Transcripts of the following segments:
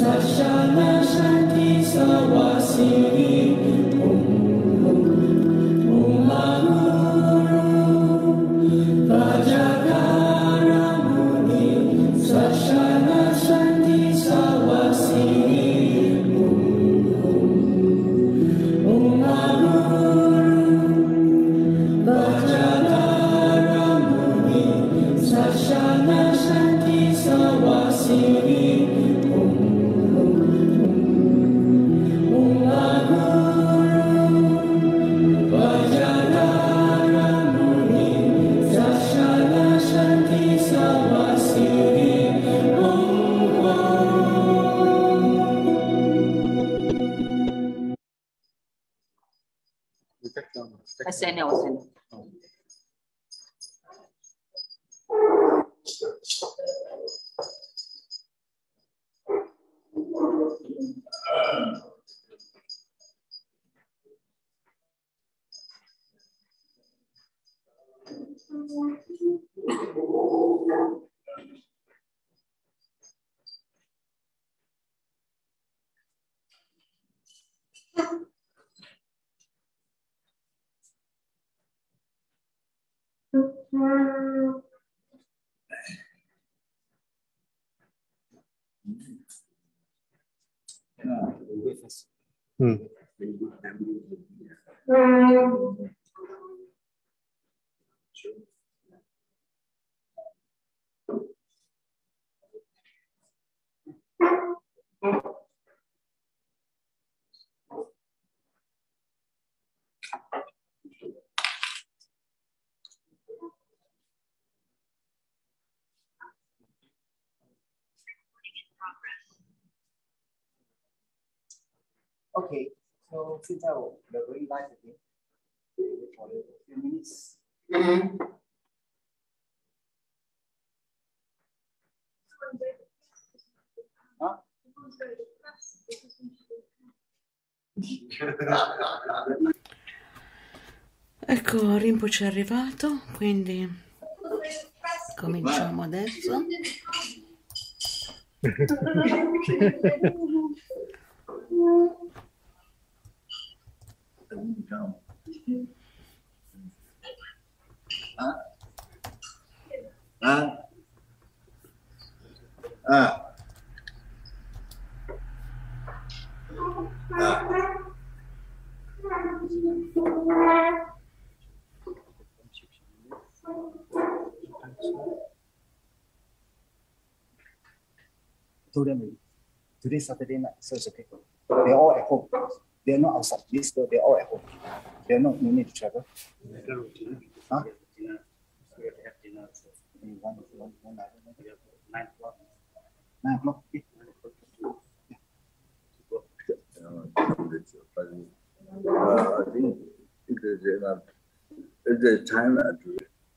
Okay, so 现在我 the very light again. For a few minutes. Huh? Ecco, Rinpoche è arrivato, quindi cominciamo adesso. Today's Saturday night, so it's okay. They're all at home. They're not outside. This girl, they're all at home. They're not no need to travel. Huh? 9 o'clock. 9 o'clock. Okay. I think it is enough. It's a time actually.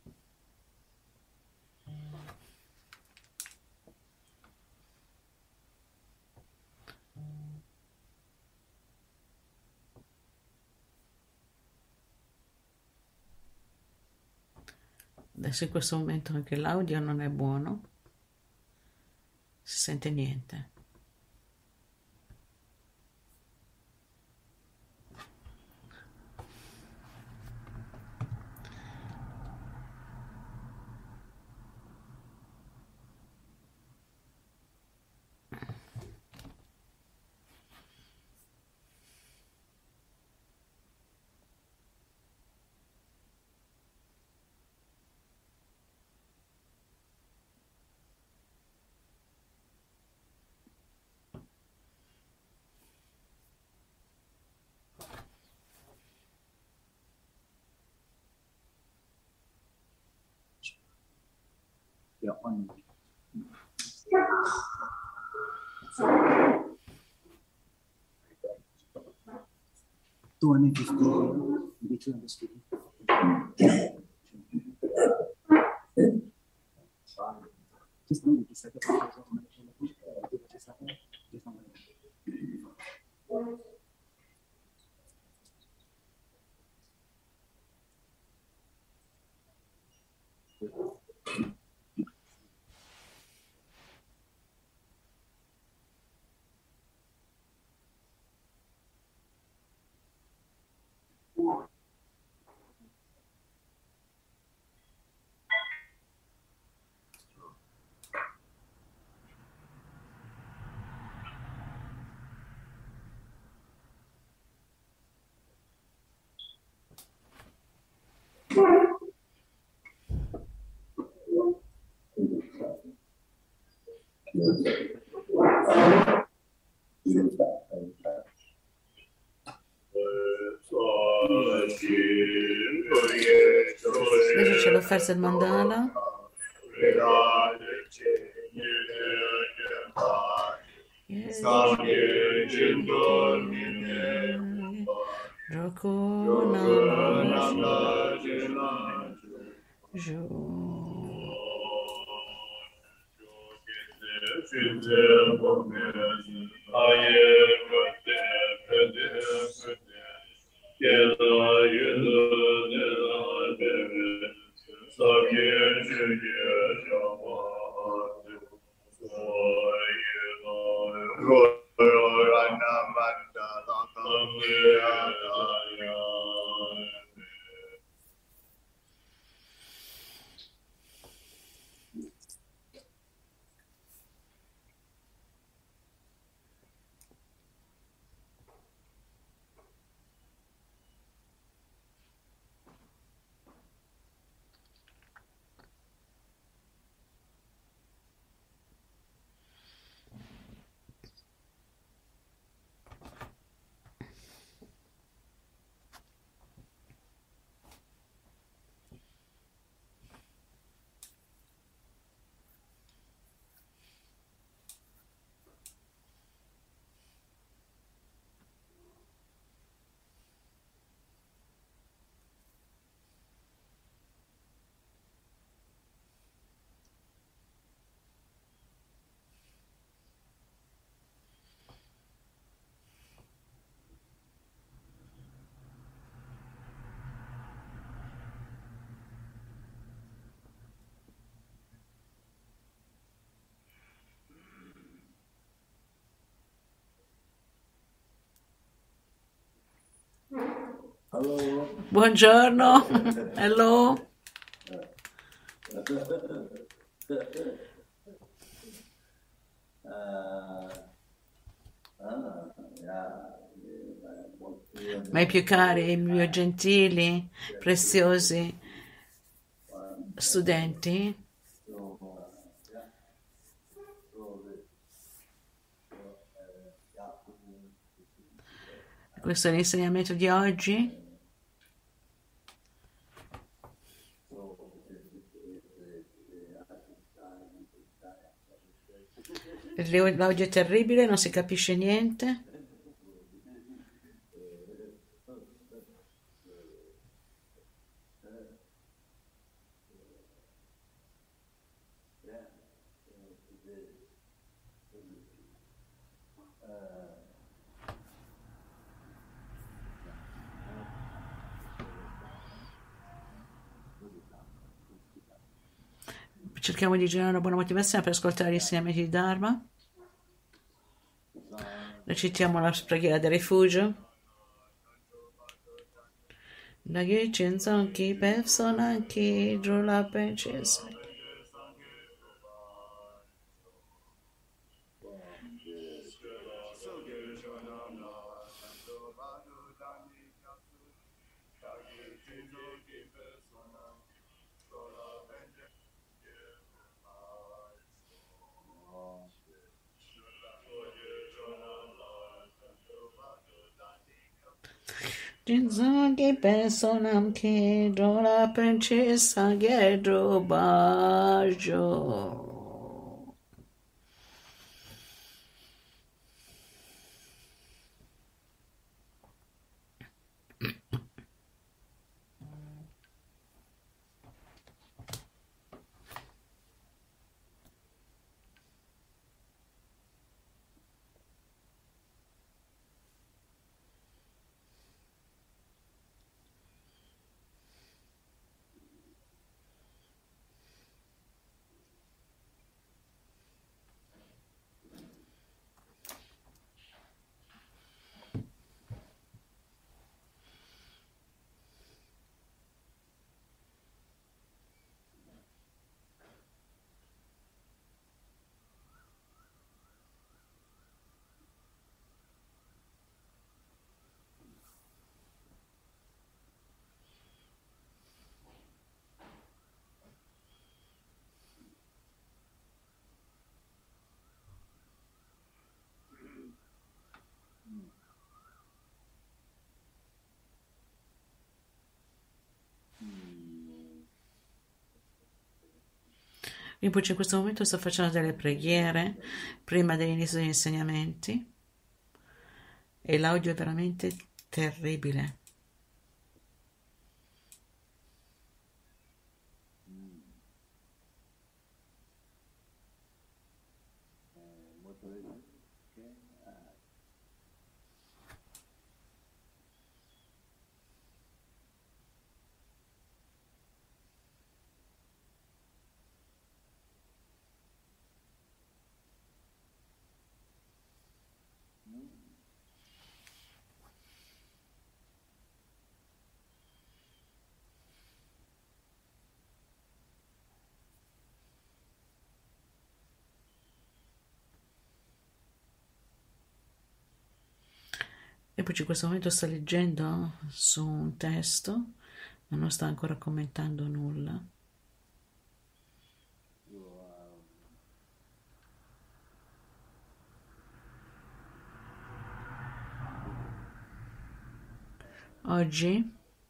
Adesso in questo momento anche l'audio non è buono, si sente niente. They're on. Adesso c'è l'offerta del mandala. Hello. Buongiorno. Hello. Miei più cari, i miei gentili, preziosi studenti, questo è l'insegnamento di oggi. L'audio è terribile, non si capisce niente. Cerchiamo di generare una buona motivazione per ascoltare gli insegnamenti di Dharma. Recitiamo la preghiera del rifugio. Nagi Chinzon Ki Pefsonan Ki Drula Penches. Chinzon Ki Pefsonan Ki Drula Penches Sagedro Bajo. Rinpoche in questo momento sta facendo delle preghiere prima dell'inizio degli insegnamenti e l'audio è veramente terribile. E poi in questo momento sta leggendo su un testo, ma non sta ancora commentando nulla. Oggi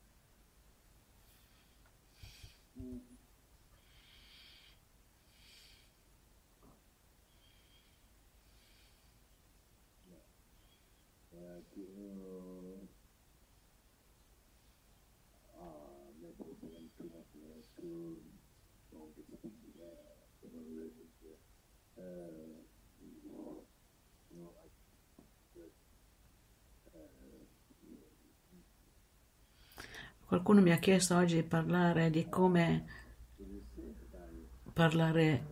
qualcuno mi ha chiesto oggi di parlare di come parlare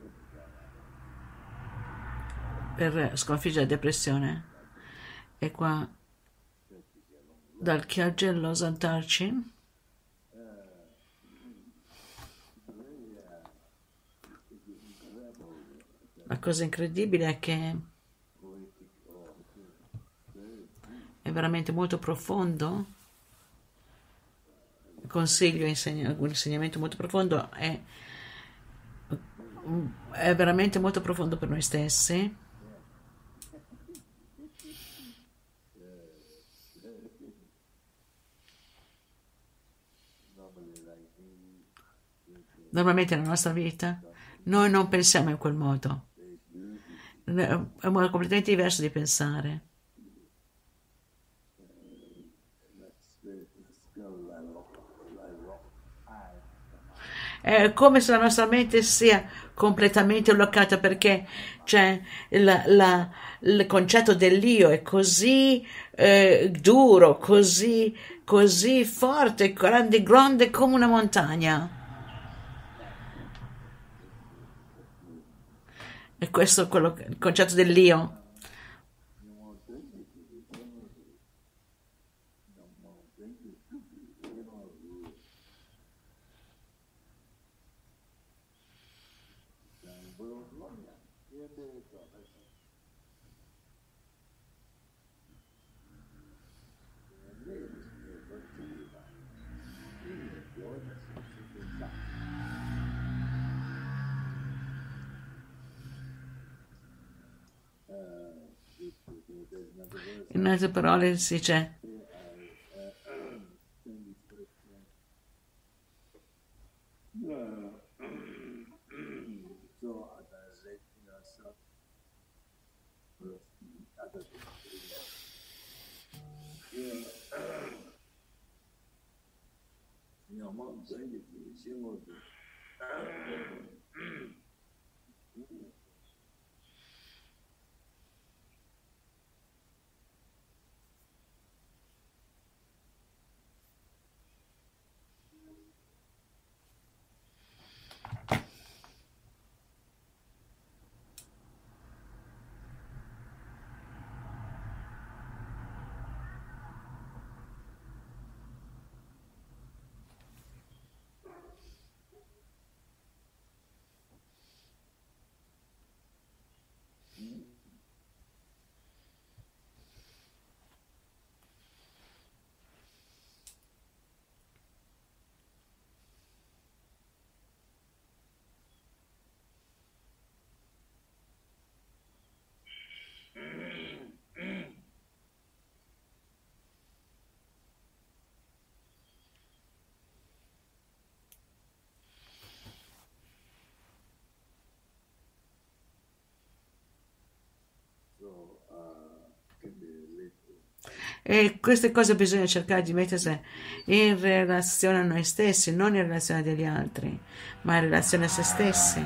per sconfiggere la depressione. E qua dal Chiagello Santarci la cosa incredibile è che è veramente molto profondo. Consiglio un insegnamento molto profondo, è veramente molto profondo per noi stessi. Normalmente nella nostra vita noi non pensiamo in quel modo, è un modo completamente diverso di pensare. È come se la nostra mente sia completamente bloccata perché c'è il concetto dell'io è così duro, così forte, grande come una montagna. E questo è il concetto dell'io. In altre parole si dice E queste cose bisogna cercare di mettersi in relazione a noi stessi, non in relazione agli altri, ma in relazione a se stessi.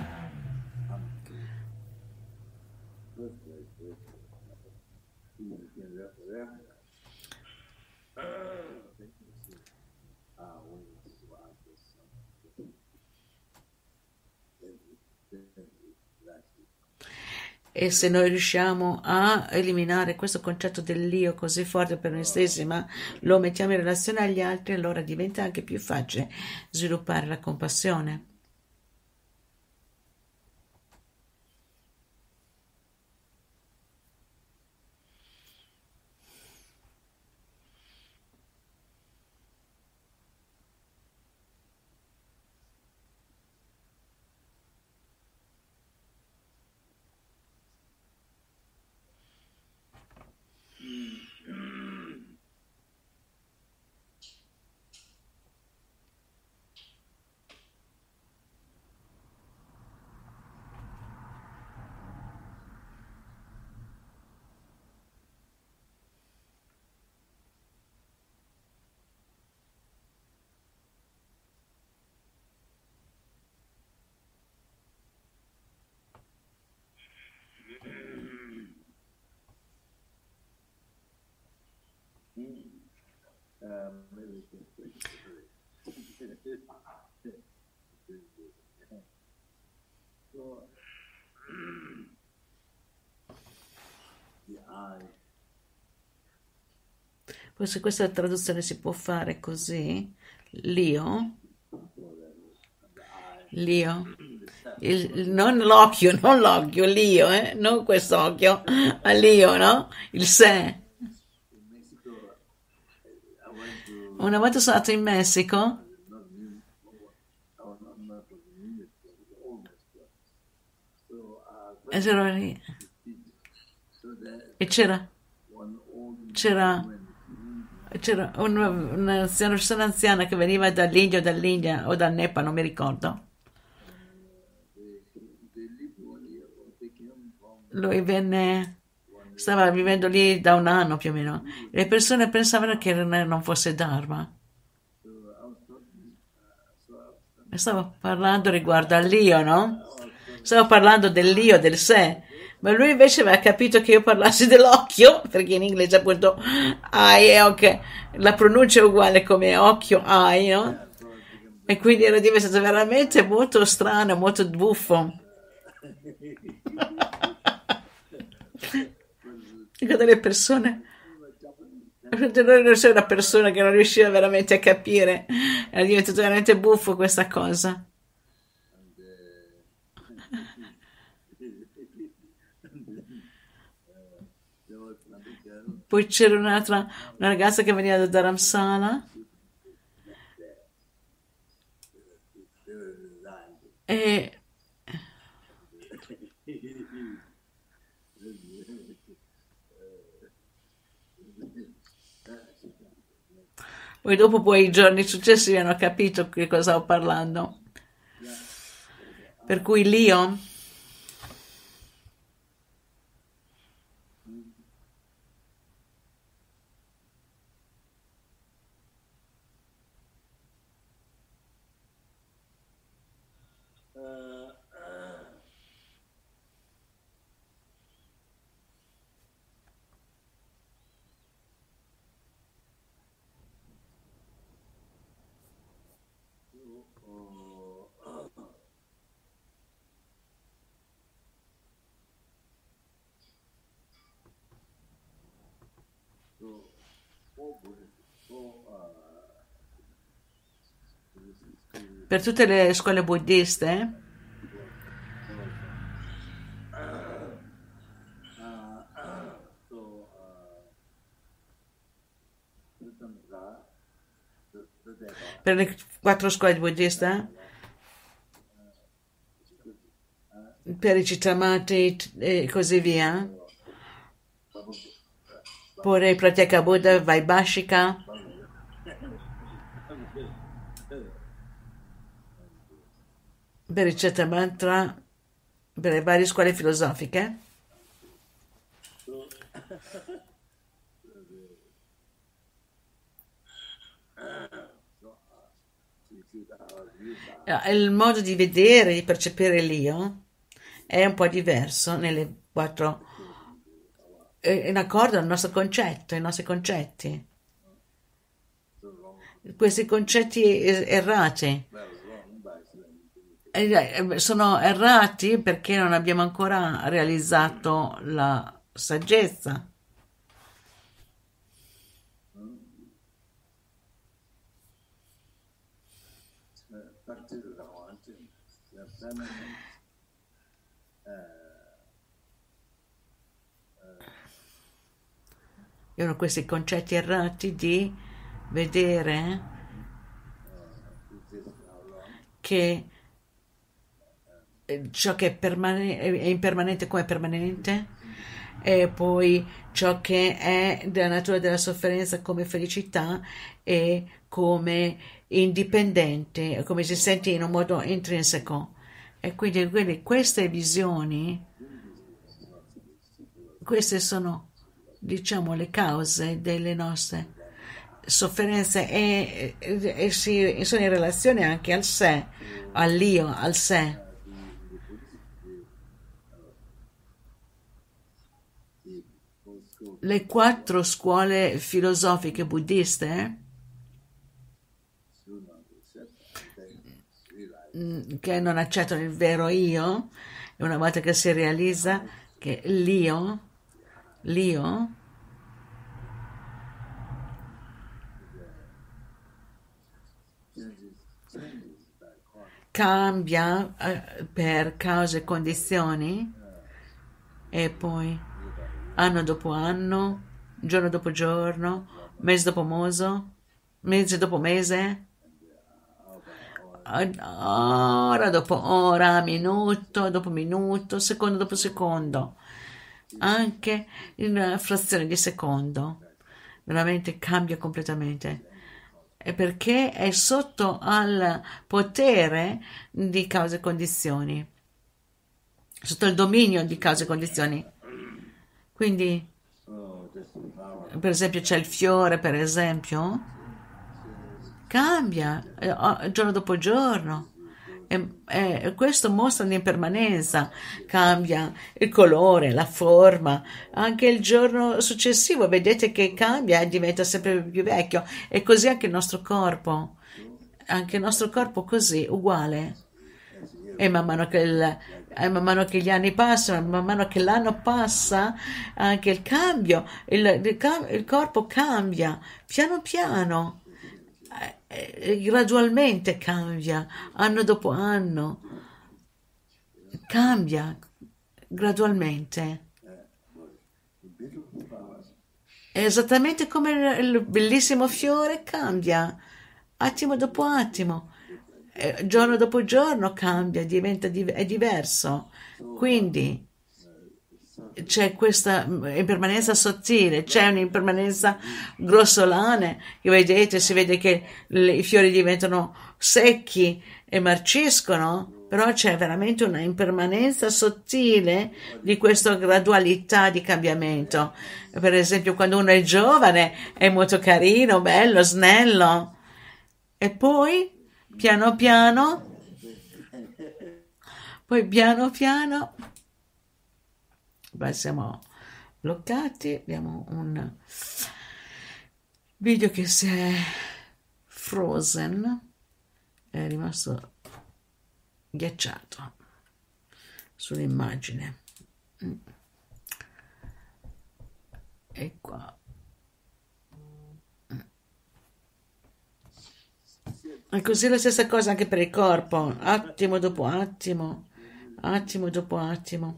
E se noi riusciamo a eliminare questo concetto dell'io così forte per noi stessi, ma lo mettiamo in relazione agli altri, allora diventa anche più facile sviluppare la compassione. Forse questa traduzione si può fare così, l'io, non l'occhio, l'io, non quest'occhio, ma l'io, no? Il sé. Una volta sono andato in Messico e c'era lì. E c'era una persona anziana che veniva dall'India o dal Nepal, non mi ricordo. Lui stava vivendo lì da un anno più o meno. Le persone pensavano che non fosse Dharma. Stavo parlando riguardo all'io, no? Stavo parlando dell'io, del sé. Ma lui invece aveva capito che io parlassi dell'occhio, perché in inglese appunto eye, okay, la pronuncia è uguale come occhio, eye, no? E quindi era diventato veramente molto strano, molto buffo. Dico delle persone, non sei una persona che non riusciva veramente a capire, era diventato veramente buffo questa cosa. Poi c'era una ragazza che veniva da Dharamsala e poi dopo i giorni successivi hanno capito di cosa stavo parlando. Per cui l'io per tutte le scuole buddiste per le 4 scuole buddiste per i Cittamati e così via, pure il Pratyeka Buddha, Vaibhashika, per il Cettamatra, per le varie scuole filosofiche. Il modo di vedere, di percepire l'io è un po' diverso nelle quattro, in accordo al nostro concetto, ai nostri concetti. Questi concetti errati sono errati perché non abbiamo ancora realizzato la saggezza. Erano questi concetti errati di vedere che ciò che è impermanente come permanente e poi ciò che è della natura della sofferenza come felicità e come indipendente, come si sente in un modo intrinseco. E quindi queste visioni, queste sono, diciamo, le cause delle nostre sofferenze e sono in relazione anche al sé, all'io, al sé. Le quattro scuole filosofiche buddiste che non accettano il vero io, e una volta che si realizza che l'io cambia per cause e condizioni e poi anno dopo anno, giorno dopo giorno, mese dopo mese dopo mese, ora dopo ora, minuto dopo minuto, secondo dopo secondo, anche in una frazione di secondo, veramente cambia completamente. È perché è sotto al potere di cause e condizioni, sotto il dominio di cause e condizioni. Quindi, per esempio, c'è il fiore, per esempio, cambia giorno dopo giorno. E questo mostra l'impermanenza, cambia il colore, la forma, anche il giorno successivo vedete che cambia e diventa sempre più vecchio, e così anche il nostro corpo così, uguale. E man mano che gli anni passano, man mano che l'anno passa, anche il cambio, il corpo cambia, piano piano, gradualmente cambia, anno dopo anno, cambia gradualmente. È esattamente come il bellissimo fiore cambia, attimo dopo attimo, giorno dopo giorno cambia, è diverso. Quindi c'è questa impermanenza sottile, c'è un'impermanenza grossolana, che vedete, si vede che i fiori diventano secchi e marciscono, però c'è veramente una impermanenza sottile di questa gradualità di cambiamento. Per esempio, quando uno è giovane è molto carino, bello, snello, e poi piano piano, beh, siamo bloccati, abbiamo un video che si è frozen, è rimasto ghiacciato sull'immagine. E qua. E così la stessa cosa anche per il corpo, attimo dopo attimo, attimo dopo attimo.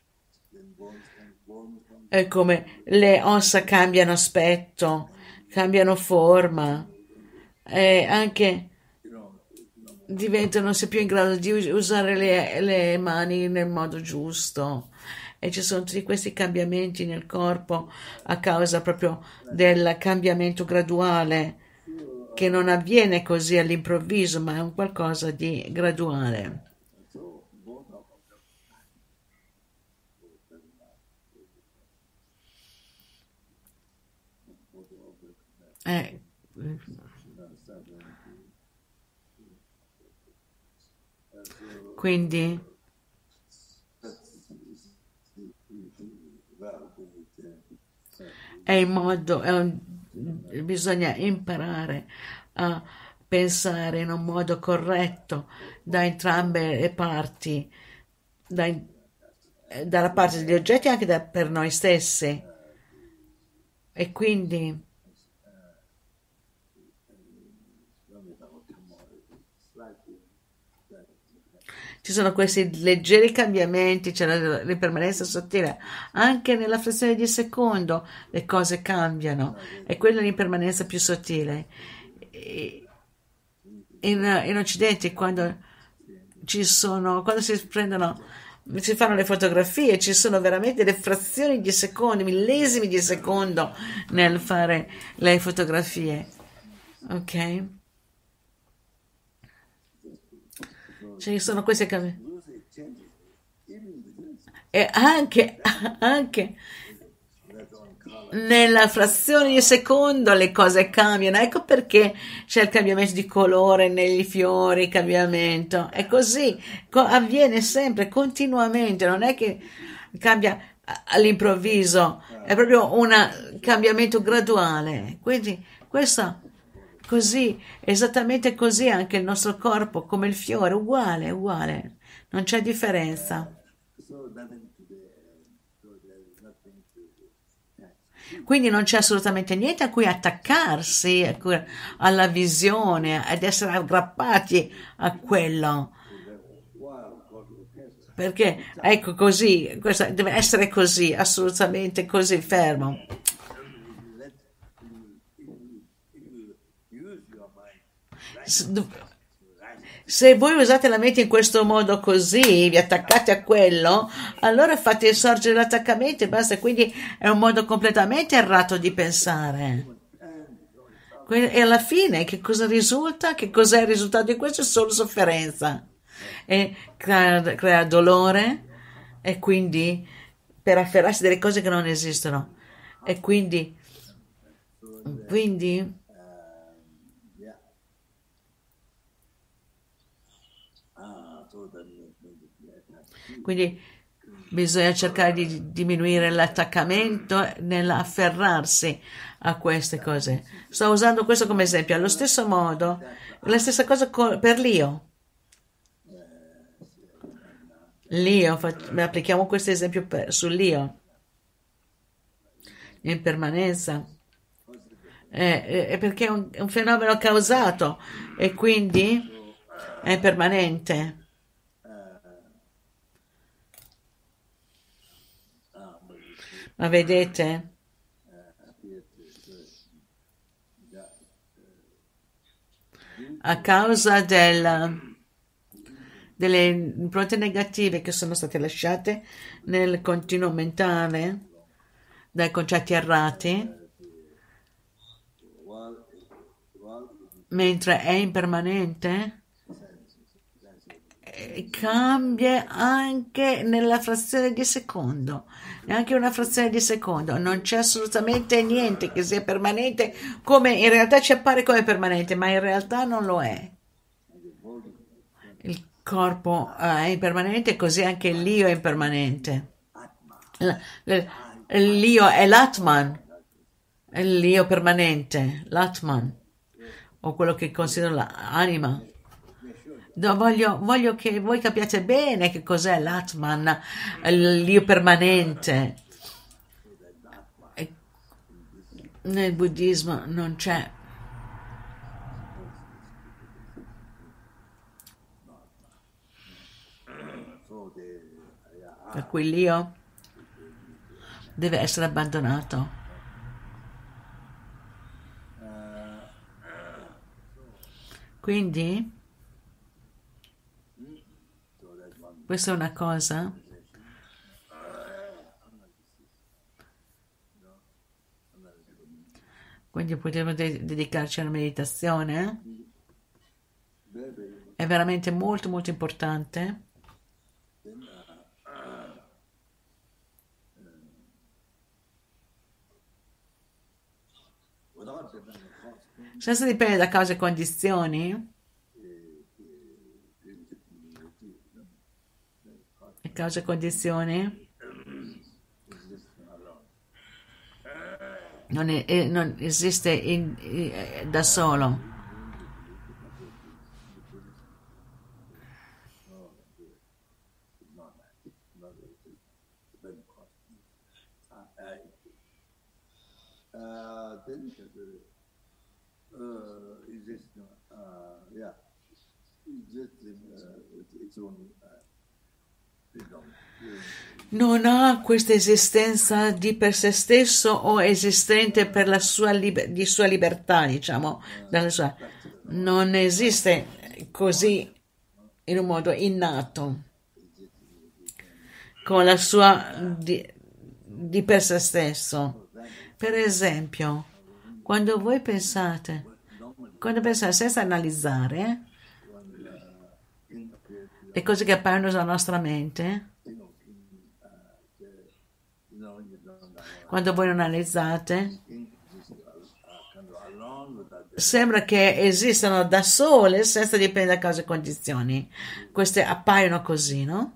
È come le ossa cambiano aspetto, cambiano forma e anche diventano più in grado di usare le mani nel modo giusto. E ci sono tutti questi cambiamenti nel corpo a causa proprio del cambiamento graduale, che non avviene così all'improvviso, ma è un qualcosa di graduale. Quindi bisogna imparare a pensare in un modo corretto da entrambe le parti, dalla parte degli oggetti e anche per noi stessi. E quindi ci sono questi leggeri cambiamenti, c'è l'impermanenza sottile, anche nella frazione di secondo le cose cambiano, e quella è l'impermanenza più sottile. In Occidente, quando si fanno le fotografie, ci sono veramente le frazioni di secondo, millesimi di secondo nel fare le fotografie, ok? Ci sono queste e anche nella frazione di secondo le cose cambiano. Ecco perché c'è il cambiamento di colore negli fiori, il cambiamento. È così, avviene sempre, continuamente, non è che cambia all'improvviso, è proprio un cambiamento graduale. Quindi questo così, esattamente così anche il nostro corpo, come il fiore, uguale, uguale, non c'è differenza. Quindi non c'è assolutamente niente a cui attaccarsi alla visione, ad essere aggrappati a quello. Perché, ecco così, questo deve essere così, assolutamente così, fermo. Se voi usate la mente in questo modo così, vi attaccate a quello, allora fate sorgere l'attaccamento e basta. Quindi è un modo completamente errato di pensare. E alla fine che cosa risulta? Che cos'è il risultato di questo? È solo sofferenza. E crea dolore e quindi per afferrarsi delle cose che non esistono. E quindi bisogna cercare di diminuire l'attaccamento nell'afferrarsi a queste cose. Sto usando questo come esempio. Allo stesso modo, la stessa cosa per l'io. L'io, applichiamo questo esempio sull'io. L'impermanenza. È perché è un fenomeno causato e quindi è impermanente. Ma vedete? A causa delle impronte negative che sono state lasciate nel continuo mentale dai concetti errati, mentre è impermanente, cambia anche nella frazione di secondo, neanche una frazione di secondo, non c'è assolutamente niente che sia permanente, come in realtà ci appare come permanente, ma in realtà non lo è. Il corpo è impermanente, così anche l'io è impermanente. L'io è l'Atman, l'io permanente, l'Atman, o quello che considero l'anima. Voglio che voi capiate bene che cos'è l'Atman, l'io permanente. Nel buddismo non c'è. Per cui l'io deve essere abbandonato. Quindi questa è una cosa quindi potremmo dedicarci alla meditazione. È veramente molto molto importante. Senza dipendere da cause e condizioni, cause e condizioni non esiste da solo. Non ha questa esistenza di per se stesso o esistente per la sua, di sua libertà, diciamo, non esiste così in un modo innato, con la sua di per se stesso. Per esempio, quando pensate senza analizzare le cose che appaiono nella nostra mente, quando voi non analizzate, sembra che esistano da sole senza dipendere da cause e condizioni. Queste appaiono così, no?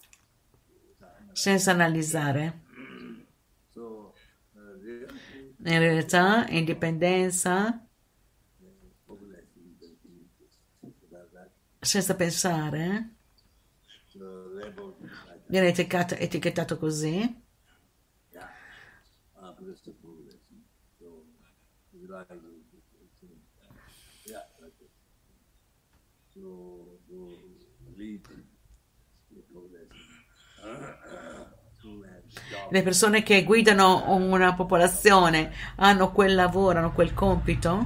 Senza analizzare. In realtà, indipendenza, senza pensare, viene etichettato così. Le persone che guidano una popolazione hanno quel lavoro, hanno quel compito.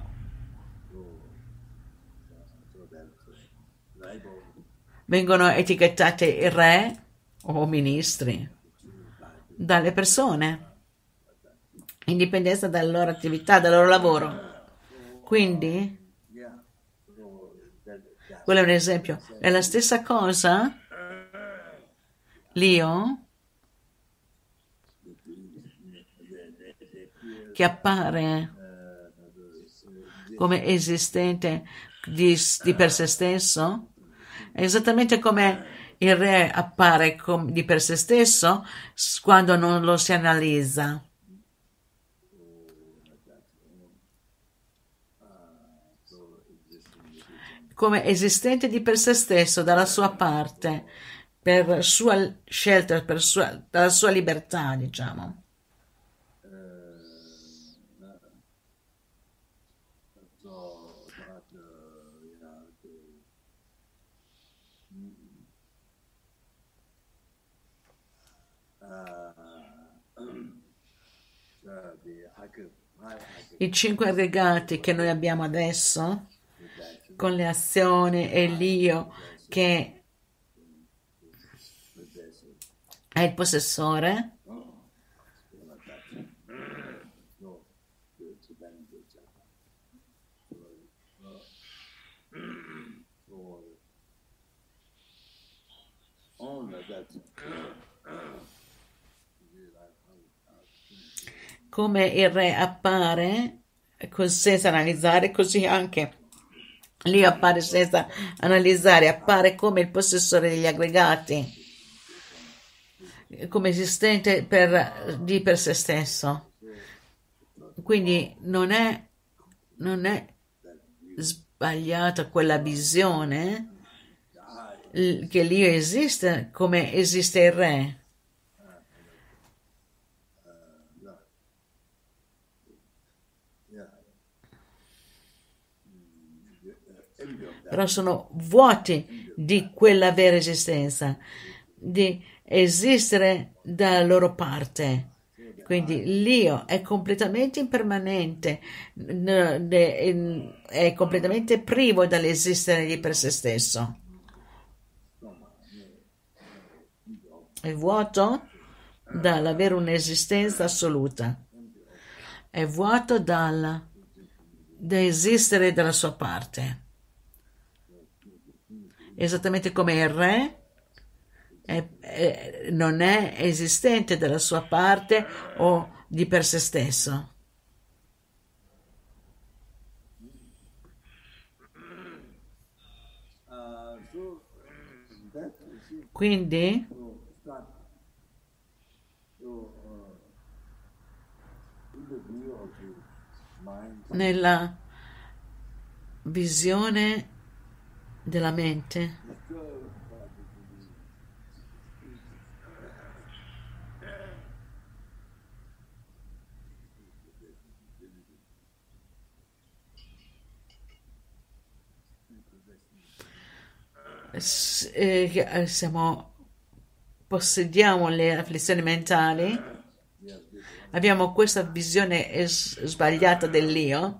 Vengono etichettate re o ministri dalle persone, in dipendenza dalla loro attività, dal loro lavoro. Quindi, quello è un esempio. È la stessa cosa, l'io, che appare come esistente di per se stesso, esattamente come il re appare di per se stesso quando non lo si analizza. Come esistente di per se stesso dalla sua parte, per sua scelta, dalla sua libertà, diciamo. I 5 aggregati che noi abbiamo adesso, con le azioni e l'io che è il possessore, come il re appare senza analizzare, così anche l'io appare senza analizzare, appare come il possessore degli aggregati, come esistente di per se stesso. Quindi non è sbagliata quella visione che l'io esiste come esiste il re. Però sono vuoti di quella vera esistenza, di esistere dalla loro parte. Quindi l'io è completamente impermanente, è completamente privo dall'esistere di per se stesso. È vuoto dall'avere un'esistenza assoluta. È vuoto da esistere dalla sua parte. Esattamente come il re non è esistente dalla sua parte o di per se stesso. Quindi nella visione della mente. Possediamo le afflizioni mentali, abbiamo questa visione sbagliata dell'io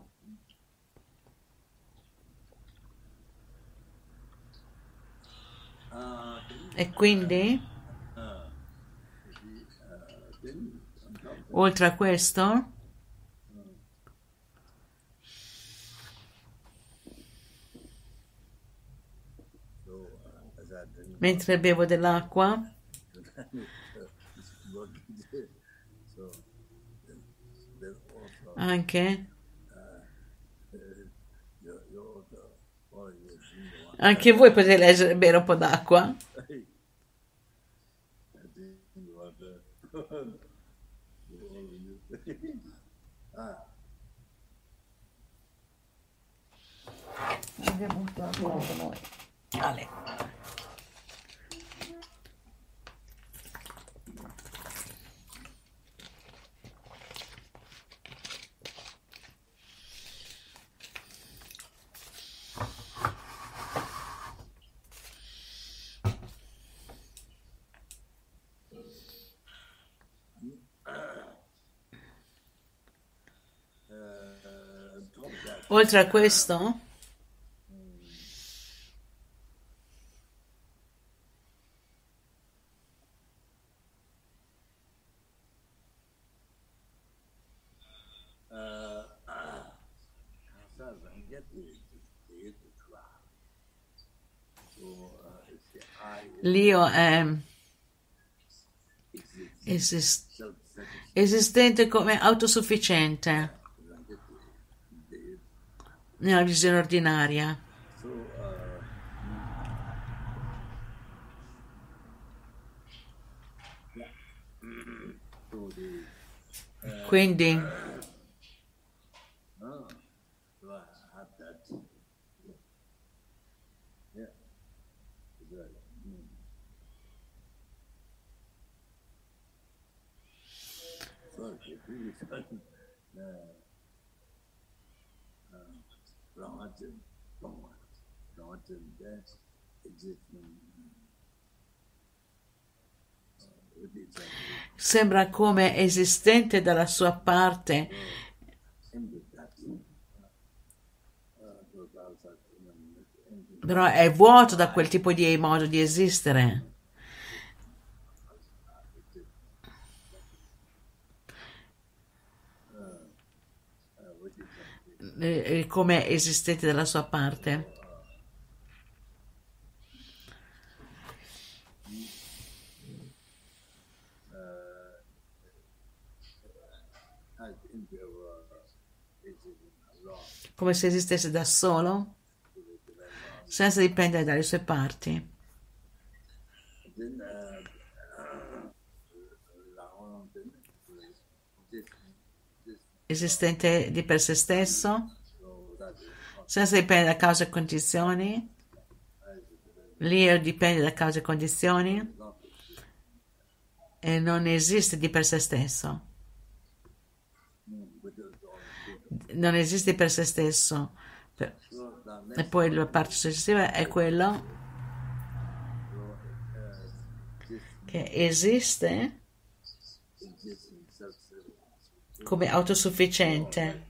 e quindi oltre a questo mentre bevo dell'acqua anche voi potete leggere e bere un po' d'acqua. Ale. Oltre a questo, l'io è esistente come autosufficiente nella visione ordinaria. Quindi sembra come esistente dalla sua parte, però è vuoto da quel tipo di modo di esistere. Come esistente dalla sua parte. Come se esistesse da solo, senza dipendere dalle sue parti. Esistente di per se stesso, senza dipendere da cause e condizioni. L'io dipende da cause e condizioni e non esiste di per se stesso. Non esiste per se stesso. E poi la parte successiva è quello che esiste come autosufficiente.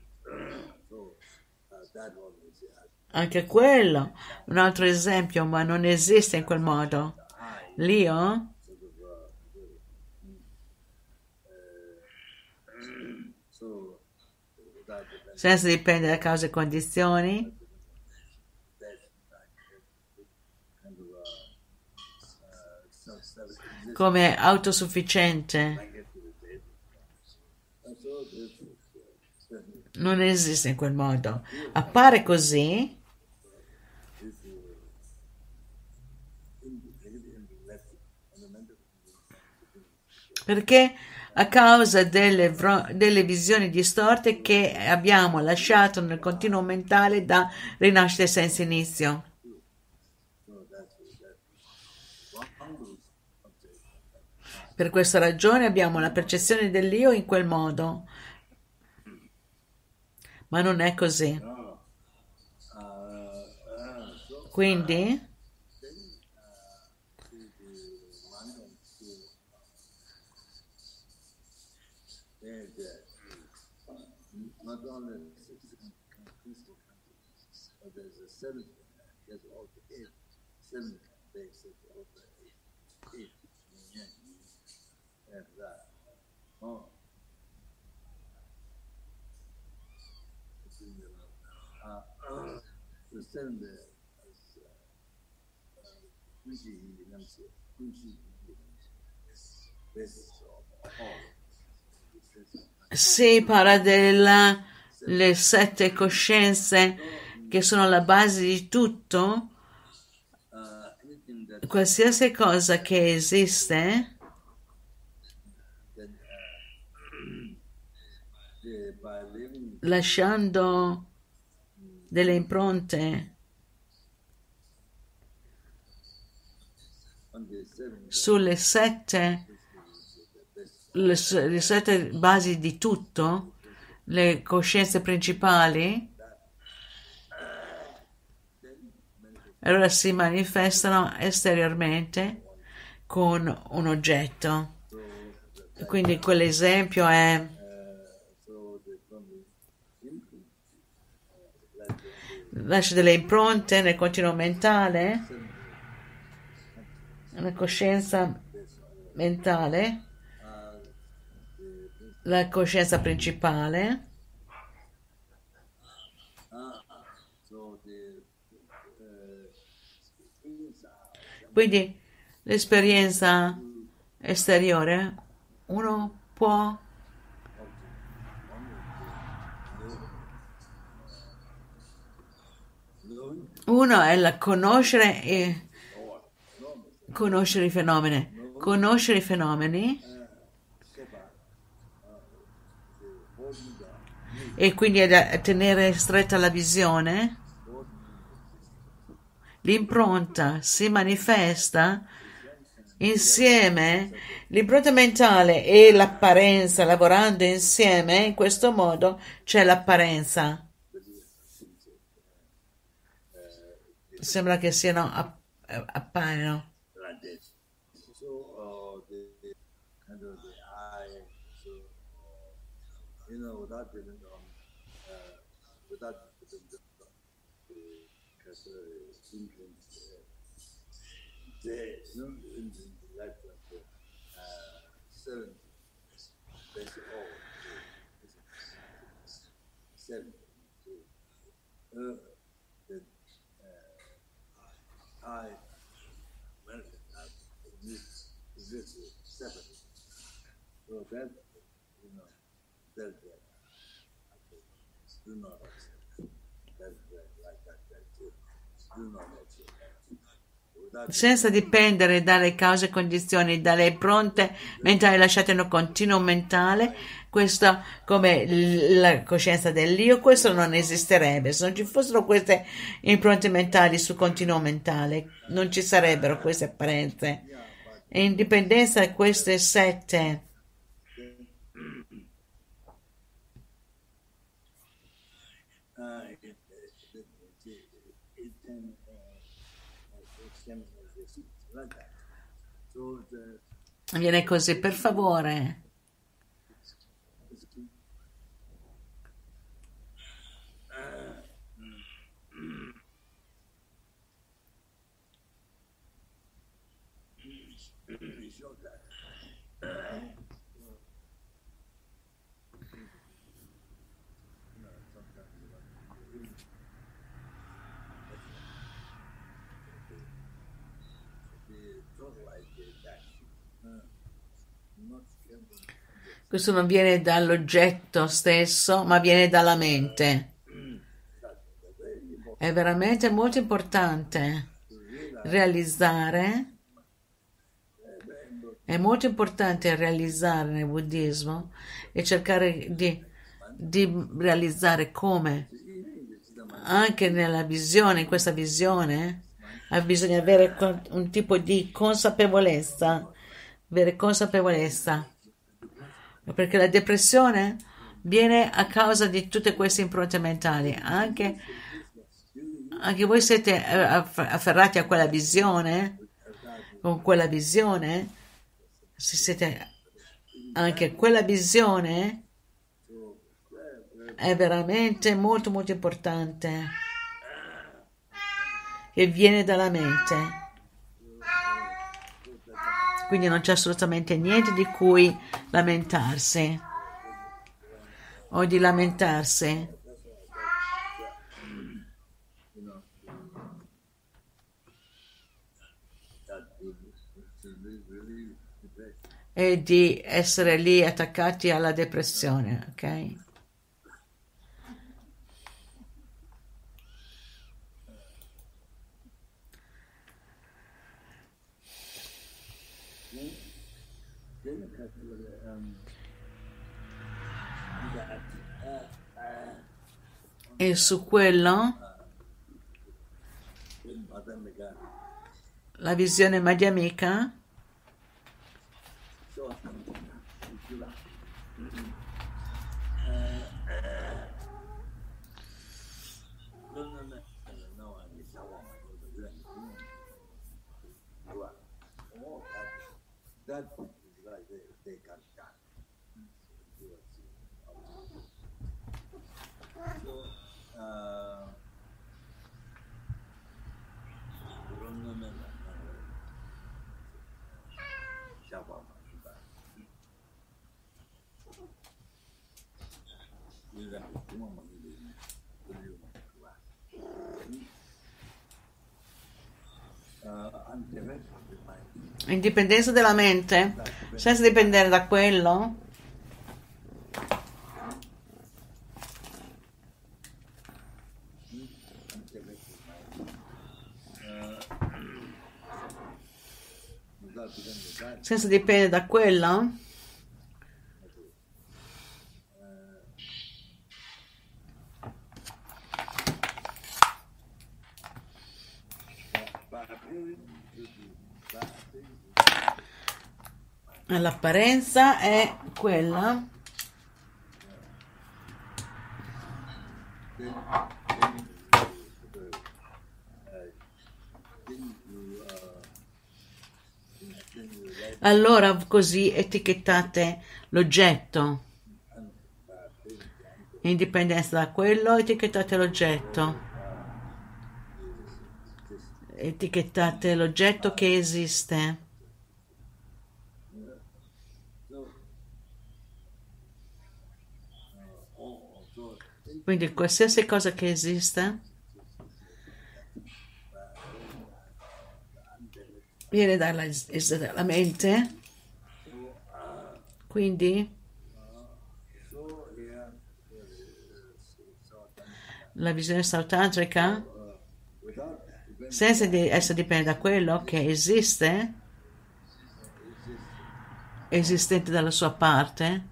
Anche quello, un altro esempio, ma non esiste in quel modo. L'io senza dipendere da cause e condizioni come autosufficiente non esiste in quel modo, appare così perché a causa delle visioni distorte che abbiamo lasciato nel continuo mentale da rinascita senza inizio. Per questa ragione abbiamo la percezione dell'io in quel modo, ma non è così. Quindi not only 6 crystal consciousness, but there's a 7, there's also 8, 7 days, there's also 8, and that. Oh. The 7 day si parla delle 7 coscienze che sono la base di tutto. Qualsiasi cosa che esiste lasciando delle impronte sulle 7 le 7 basi di tutto, le coscienze principali, allora si manifestano esteriormente con un oggetto. Quindi quell'esempio è lascia delle impronte nel continuo mentale, una coscienza mentale, la coscienza principale, quindi l'esperienza esteriore uno può è la conoscere i fenomeni. Conoscere i fenomeni e quindi è da tenere stretta la visione. L'impronta si manifesta insieme, l'impronta mentale e l'apparenza lavorando insieme. In questo modo c'è l'apparenza. Sembra che siano appaiono. Senza dipendere dalle cause e condizioni, dalle impronte mentali lasciate nel continuo mentale, questo come la coscienza dell'io, questo non esisterebbe. Se non ci fossero queste impronte mentali sul continuo mentale, non ci sarebbero queste apparenze. E in dipendenza da queste 7 viene così, per favore. Questo non viene dall'oggetto stesso, ma viene dalla mente. È veramente molto importante realizzare È molto importante realizzare nel buddismo e cercare di realizzare come anche nella visione, in questa visione, bisogna avere un tipo di consapevolezza, avere consapevolezza, perché la depressione viene a causa di tutte queste impronte mentali. Anche voi siete afferrati a quella visione, con quella visione, se siete anche quella visione è veramente molto molto importante e viene dalla mente. Quindi non c'è assolutamente niente di cui lamentarsi o di lamentarsi. E di essere lì attaccati alla depressione, ok? E su quello la visione madhyamika indipendenza della mente, senza dipendere da quello, senza dipendere da quello, l'apparenza è quella allora così etichettate l'oggetto, indipendenza da quello, etichettate l'oggetto, etichettate l'oggetto che esiste. Quindi qualsiasi cosa che esista viene dalla mente, quindi la visione sautantrica, senza essere dipendente da quello che esiste, esistente dalla sua parte,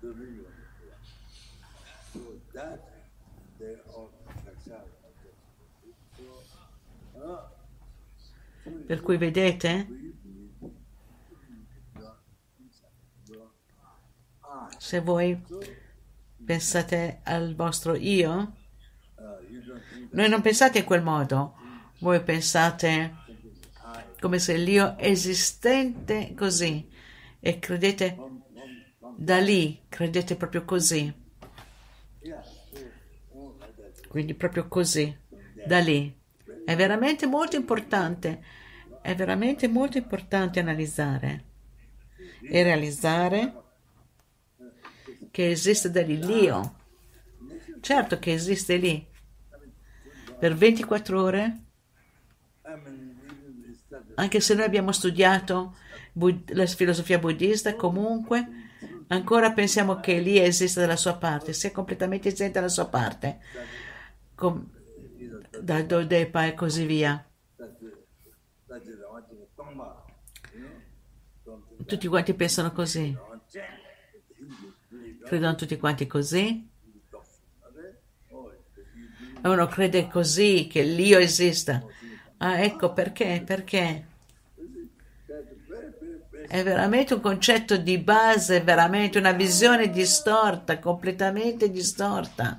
per cui vedete, se voi pensate al vostro io, noi non pensate in quel modo, voi pensate come se l'io esistente così e credete da lì, credete proprio così, quindi proprio così, da lì. È veramente molto importante analizzare e realizzare che esiste da lì l'io. Certo che esiste lì per 24 ore, anche se noi abbiamo studiato la filosofia buddista, comunque ancora pensiamo che lì esiste dalla sua parte, sia completamente esente dalla sua parte, dal Dodepa e così via. Tutti quanti pensano così. Credono tutti quanti così. E uno crede così, che l'io esista. Ah, ecco perché? Perché è veramente un concetto di base, veramente una visione distorta, completamente distorta.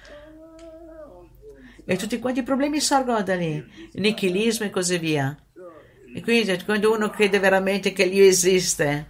E tutti quanti i problemi sorgono da lì, il nichilismo e così via. E quindi quando uno crede veramente che l'io esiste,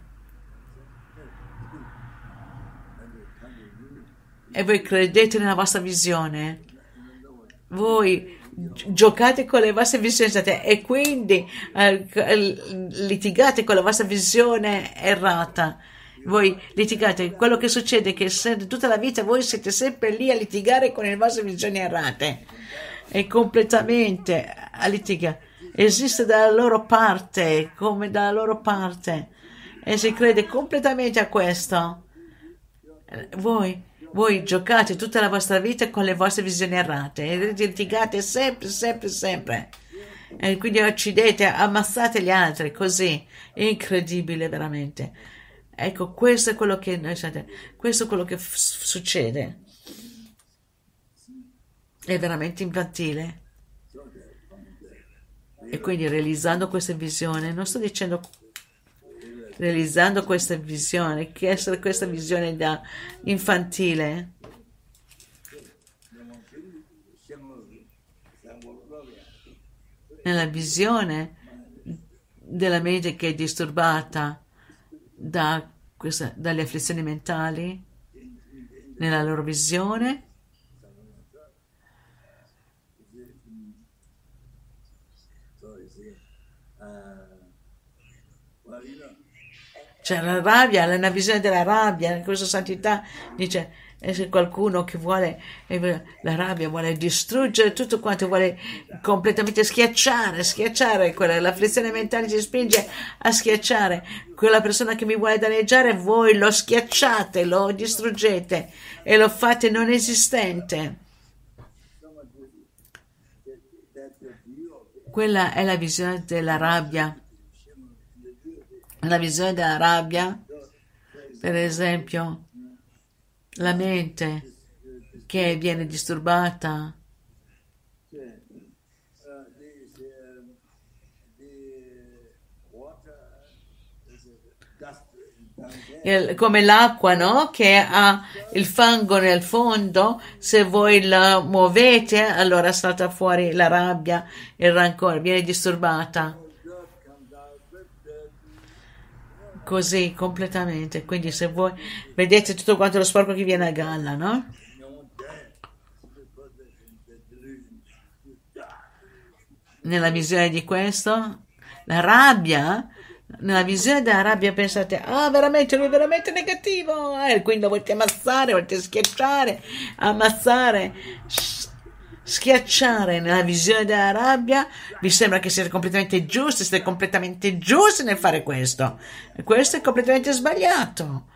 e voi credete nella vostra visione, voi giocate con le vostre visioni e quindi litigate con la vostra visione errata. Voi litigate, quello che succede è che tutta la vita voi siete sempre lì a litigare con le vostre visioni errate e completamente a litigare. Esiste dalla loro parte, come dalla loro parte, e si crede completamente a questo. Voi giocate tutta la vostra vita con le vostre visioni errate e litigate sempre, sempre, sempre. E quindi uccidete, ammazzate gli altri, così. Incredibile, veramente. Ecco, questo è quello che questo è quello che succede. È veramente infantile. E quindi realizzando questa visione, non sto dicendo realizzando questa visione, che essere questa visione da infantile, nella visione della mente che è disturbata dalle afflizioni mentali, nella loro visione, c'è la rabbia, una visione della rabbia. Questa santità dice, se qualcuno che vuole la rabbia, vuole distruggere tutto quanto, vuole completamente schiacciare l'afflizione mentale ci spinge a schiacciare quella persona che mi vuole danneggiare, voi lo schiacciate, lo distruggete e lo fate non esistente. Quella è la visione della rabbia. La visione della rabbia, per esempio, la mente che viene disturbata, come l'acqua, no? Che ha il fango nel fondo, se voi la muovete, allora salta fuori la rabbia, il rancore, viene disturbata. Così completamente. Quindi se voi vedete tutto quanto lo sporco che viene a galla, no? Nella visione di questo, la rabbia, nella visione della rabbia pensate, veramente lui è veramente negativo, quindi lo volete ammazzare, volete schiacciare, ammazzare, schiacciare. Nella visione della rabbia vi sembra che siete completamente giusti nel fare questo, e questo è completamente sbagliato,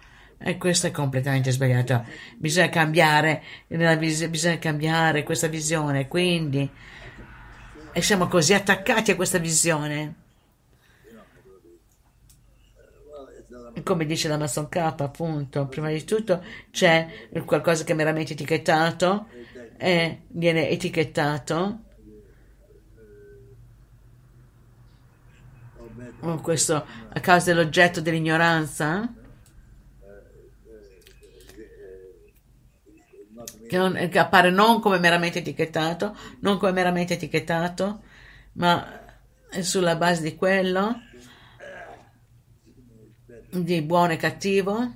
bisogna cambiare questa visione, quindi, e siamo così attaccati a questa visione, come dice la Mason K, appunto. Prima di tutto c'è qualcosa che è meramente etichettato e viene etichettato, questo a causa dell'oggetto dell'ignoranza, che appare non come meramente etichettato, ma sulla base di quello, di buono e cattivo,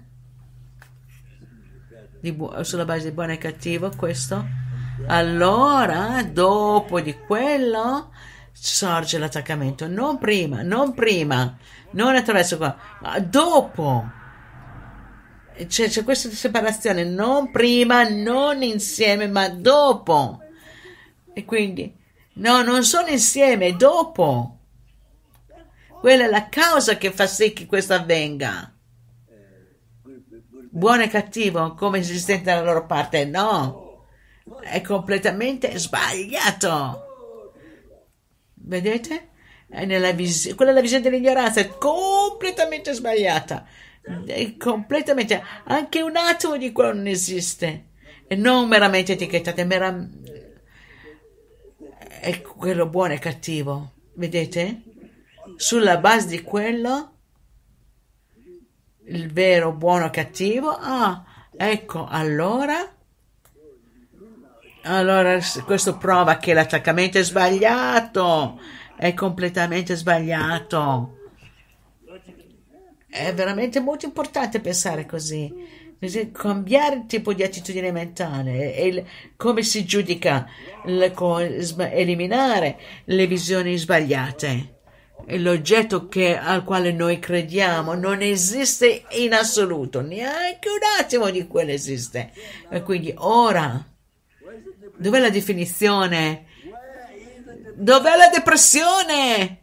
sulla base di buono e cattivo, questo. Allora, dopo di quello sorge l'attaccamento, non prima, non attraverso qua, ma dopo. C'è questa separazione, non prima, non insieme, ma dopo. E quindi, no, non sono insieme, dopo. Quella è la causa che fa sì che questo avvenga. Buono e cattivo come esistente dalla loro parte, no. È completamente sbagliato. Vedete? quella è la visione dell'ignoranza, è completamente sbagliata. È completamente, anche un atomo di quello non esiste. E non meramente etichettato, è quello buono e cattivo. Vedete? Sulla base di quello, il vero buono e cattivo. Ah, ecco, allora questo prova che l'attaccamento è sbagliato, è completamente sbagliato. È veramente molto importante pensare così, cambiare il tipo di attitudine mentale e come si giudica, eliminare le visioni sbagliate. E l'oggetto al quale noi crediamo non esiste in assoluto, neanche un attimo di quello esiste. E quindi ora, dov'è la definizione? Dov'è la depressione?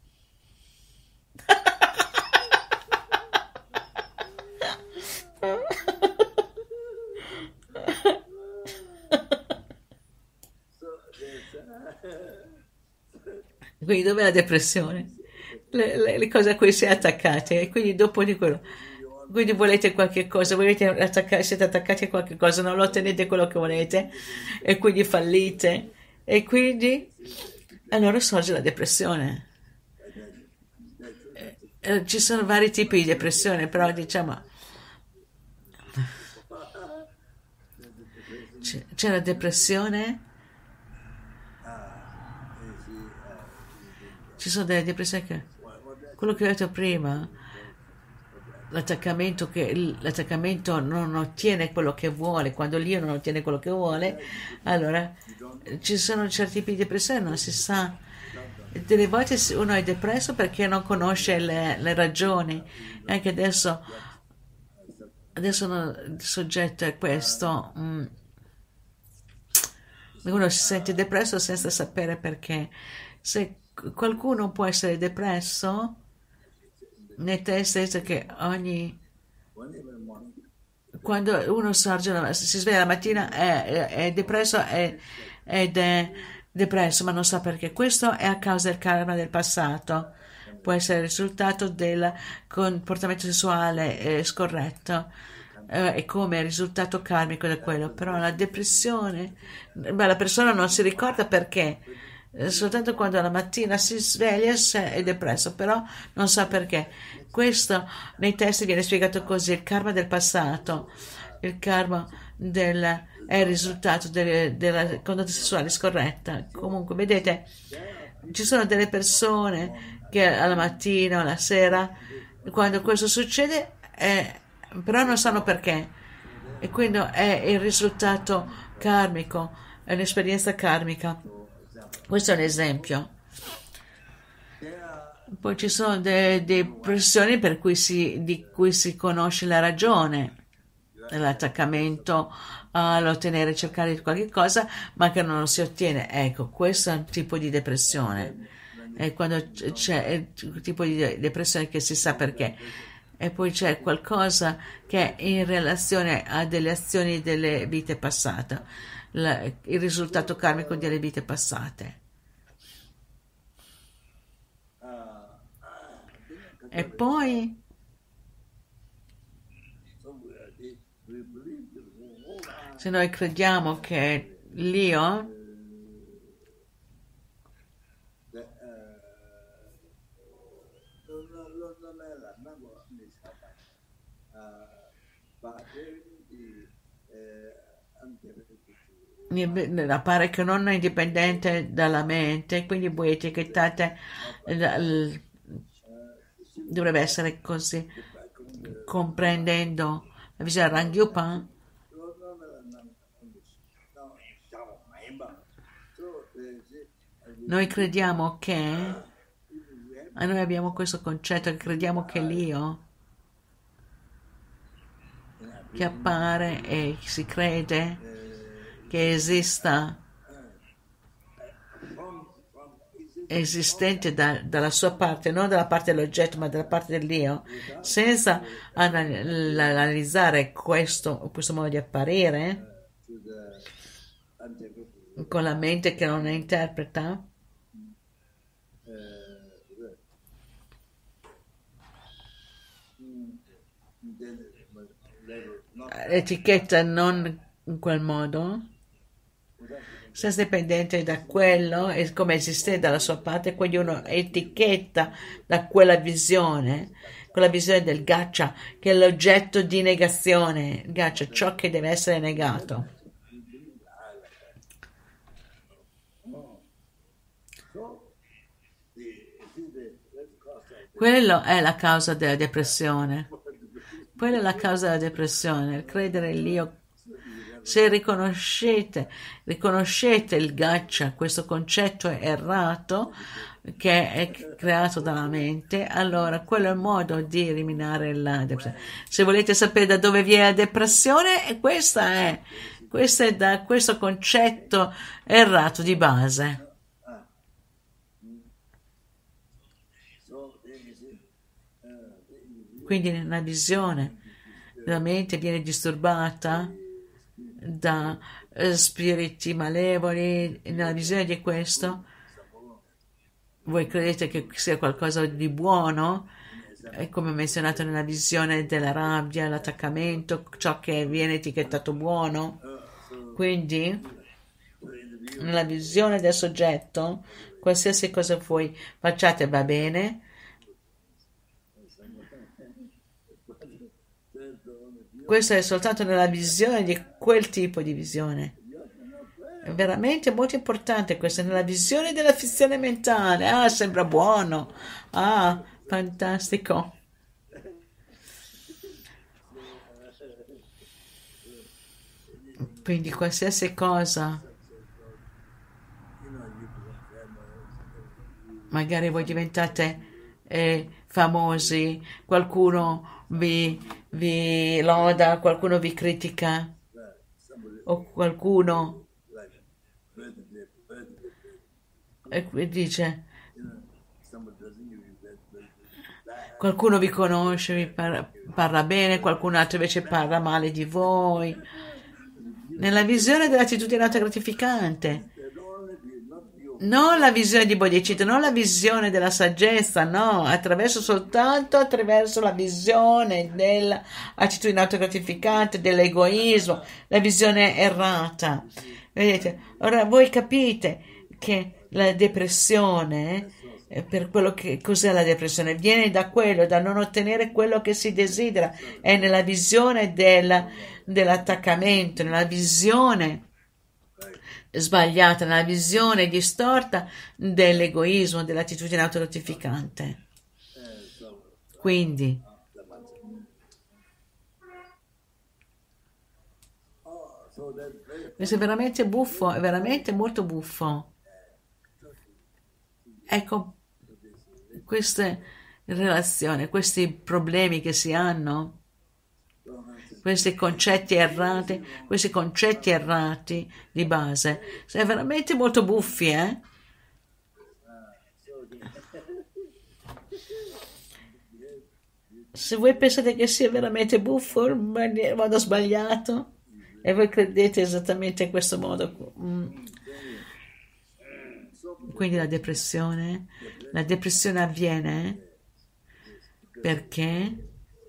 Quindi dov'è la depressione? Le cose a cui si è attaccate e quindi dopo di quello, quindi volete qualche cosa, siete attaccati a qualche cosa, non lo ottenete quello che volete e quindi fallite e quindi allora sorge la depressione. Ci sono vari tipi di depressione, però diciamo c'è la depressione. Ci sono delle depressioni che quello che ho detto prima, l'attaccamento non ottiene quello che vuole, quando l'io non ottiene quello che vuole, allora ci sono certi tipi di depressione, non si sa. Delle volte uno è depresso perché non conosce le ragioni. Anche adesso il soggetto è questo. Uno si sente depresso senza sapere perché. Se qualcuno può essere depresso, nei test che quando uno si sveglia la mattina è depresso ed è depresso, ma non sa perché. Questo è a causa del karma del passato. Può essere il risultato del comportamento sessuale scorretto e come risultato karmico di quello. Però la depressione, la persona non si ricorda perché. Soltanto quando la mattina si sveglia è depresso, però non sa perché. Questo nei testi viene spiegato così: il karma del passato, il karma è il risultato della condotta sessuale scorretta. Comunque, vedete, ci sono delle persone che alla mattina o alla sera, quando questo succede, però non sanno perché. E quindi è il risultato karmico, è un'esperienza karmica. Questo è un esempio. Poi ci sono delle depressioni di cui si conosce la ragione, l'attaccamento all'ottenere, cercare qualche cosa, ma che non lo si ottiene. Ecco, questo è un tipo di depressione. E quando c'è il tipo di depressione che si sa perché. E poi c'è qualcosa che è in relazione a delle azioni delle vite passate, il risultato karmico delle vite passate. E poi se noi crediamo che l'io appare che non è indipendente dalla mente, quindi voi etichettate dovrebbe essere così, comprendendo la visione Rangyupa. Noi crediamo che noi abbiamo questo concetto che crediamo che l'io che appare e si crede che esista esistente dalla sua parte, non dalla parte dell'oggetto ma dalla parte dell'io, senza analizzare questo modo di apparire con la mente che non ne interpreta, etichetta non in quel modo, se è dipendente da quello e come esiste dalla sua parte, quindi uno etichetta da quella visione del gaccia, che è l'oggetto di negazione, gaccia, ciò che deve essere negato. Quello è la causa della depressione. Quella è la causa della depressione, credere nell'io. Se riconoscete il gaccia, questo concetto errato che è creato dalla mente, allora quello è il modo di eliminare la depressione. Se volete sapere da dove viene la depressione, questo è da questo concetto errato di base. Quindi nella visione la mente viene disturbata da spiriti malevoli. Nella visione di questo voi credete che sia qualcosa di buono, e come menzionato nella visione della rabbia, l'attaccamento, ciò che viene etichettato buono. Quindi nella visione del soggetto qualsiasi cosa voi facciate va bene. Questo è soltanto nella visione di quel tipo di visione. È veramente molto importante questo, nella visione della fizione mentale. Ah, sembra buono. Ah, fantastico. Quindi qualsiasi cosa. Magari voi diventate famosi, qualcuno vi loda, qualcuno vi critica, o qualcuno dice, qualcuno vi conosce, vi parla bene, qualcun altro invece parla male di voi. Nella visione dell'attitudine autogratificante, non la visione di bodhicitta, non la visione della saggezza, no, soltanto attraverso la visione dell'attitudine autogratificante, dell'egoismo, la visione errata. Vedete? Ora voi capite che la depressione, per quello che cos'è la depressione, viene da quello, da non ottenere quello che si desidera, è nella visione dell'attaccamento, nella visione sbagliata, nella visione distorta dell'egoismo, dell'attitudine autogratificante. Quindi questo è veramente buffo, è veramente molto buffo. Ecco, queste relazioni, questi problemi che si hanno, questi concetti errati di base, sono veramente molto buffi, eh? Se voi pensate che sia veramente buffo in modo sbagliato e voi credete esattamente in questo modo, quindi la depressione avviene perché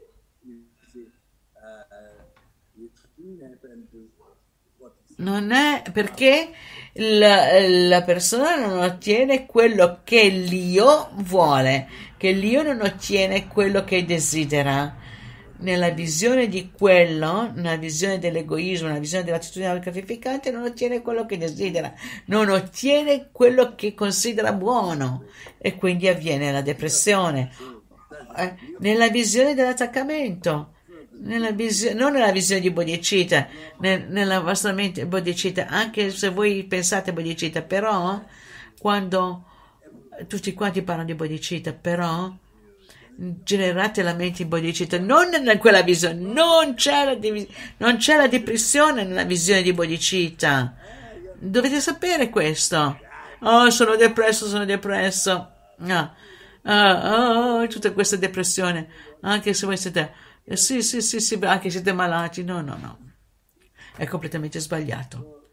non è perché la persona non ottiene quello che l'io vuole, che l'io non ottiene quello che desidera. Nella visione di quello, nella visione dell'egoismo, nella visione dell'attitudine gratificante, non ottiene quello che desidera, non ottiene quello che considera buono e quindi avviene la depressione. Nella visione dell'attaccamento, non nella visione di bodhicitta, nella vostra mente bodhicitta, anche se voi pensate bodhicitta, però quando tutti quanti parlano di bodhicitta, però generate la mente in bodhicitta, non in quella visione, non c'è la depressione nella visione di bodhicitta. Dovete sapere questo. Oh, sono depresso. No. Tutta questa depressione, anche se voi siete sì, anche se siete malati, no, è completamente sbagliato.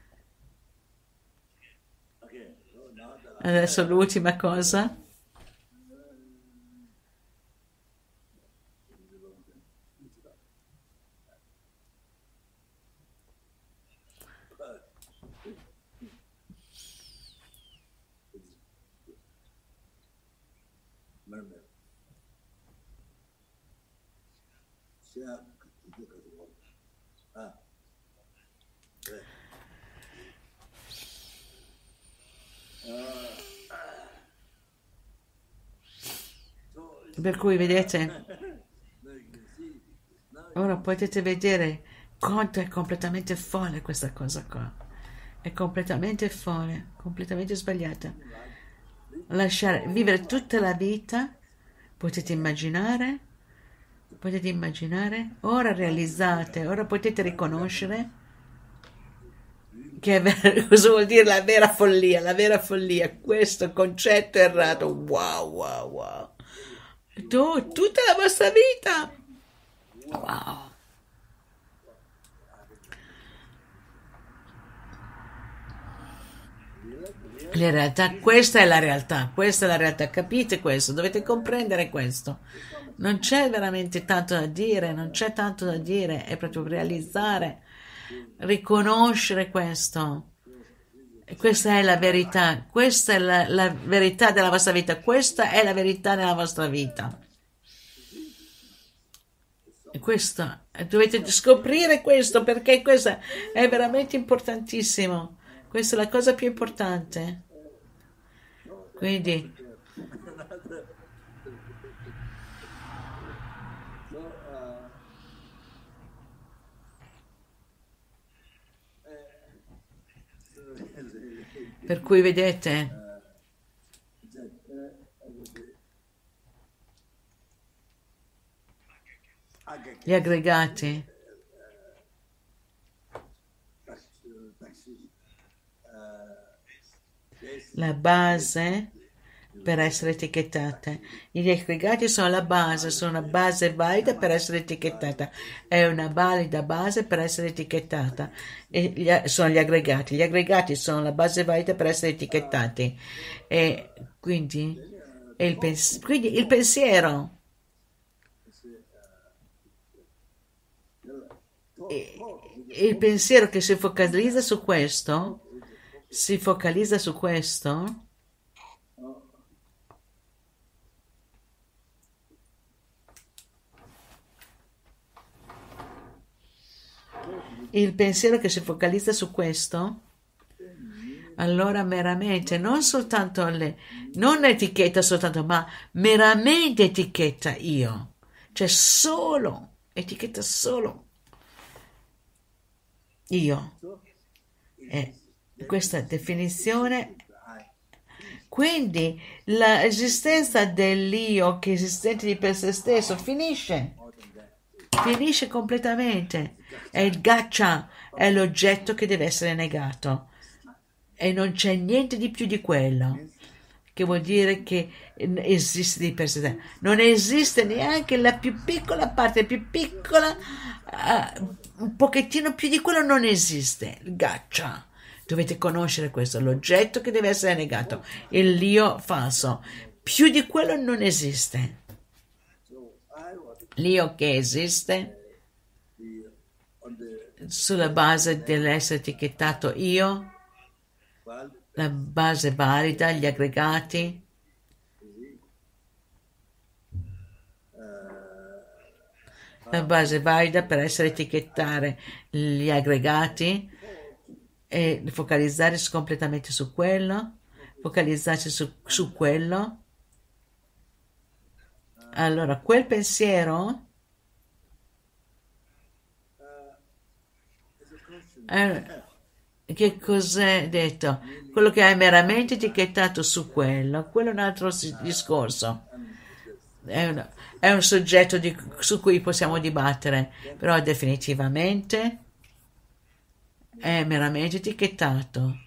Adesso l'ultima cosa. Merme. Sia ah. Per cui vedete, ora potete vedere quanto è completamente folle questa cosa qua. È completamente folle, completamente sbagliata. Lasciare vivere tutta la vita, potete immaginare, ora realizzate, ora potete riconoscere che cosa vuol dire la vera follia, questo concetto errato, wow. Tutta la vostra vita, wow. La realtà, questa è la realtà, capite questo, dovete comprendere questo. Non c'è veramente tanto da dire, è proprio realizzare, riconoscere questo. Questa è la verità, questa è la verità della vostra vita, questa è la verità nella vostra vita. E questo, dovete scoprire questo perché questo è veramente importantissimo. Questa è la cosa più importante. Quindi per cui vedete gli aggregati, la base per essere etichettate. Gli aggregati sono la base, sono una base valida per essere etichettata. È una valida base per essere etichettata. Sono gli aggregati sono la base valida per essere etichettati. E quindi il pensiero. Il pensiero che si focalizza su questo, il pensiero che si focalizza su questo, allora meramente, non soltanto non etichetta soltanto, ma meramente etichetta io, cioè etichetta solo io. Questa definizione, quindi l'esistenza dell'io che è esistente di per se stesso finisce completamente. È il gaccia, è l'oggetto che deve essere negato e non c'è niente di più di quello, che vuol dire che esiste di per sé. Non esiste neanche la più piccola parte, più piccola, un pochettino più di quello non esiste. Il gaccia. Dovete conoscere questo, l'oggetto che deve essere negato, l'io falso. Più di quello non esiste. L'io che esiste sulla base dell'essere etichettato io, la base valida, gli aggregati, la base valida per essere etichettare gli aggregati e focalizzarsi completamente su quello, focalizzarsi su quello. Allora, quel pensiero che cos'è detto? Quello che hai meramente etichettato su quello è un altro discorso. È un soggetto su cui possiamo dibattere, però definitivamente è meramente etichettato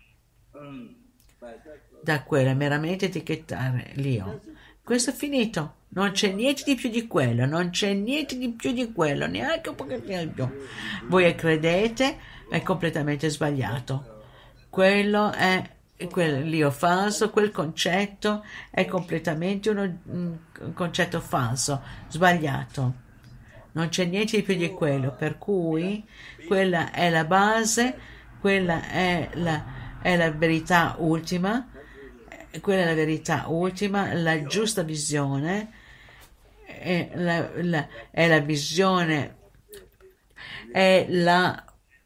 da quello, è meramente etichettare l'io. Questo è finito. Non c'è niente di più di quello, neanche un pochettino di più. Voi credete, è completamente sbagliato. Quello è l'io falso, quel concetto è completamente un concetto falso, sbagliato. Non c'è niente di più di quello, per cui quella è la base quella è la verità ultima, quella è la verità ultima, la giusta visione, è la visione, è la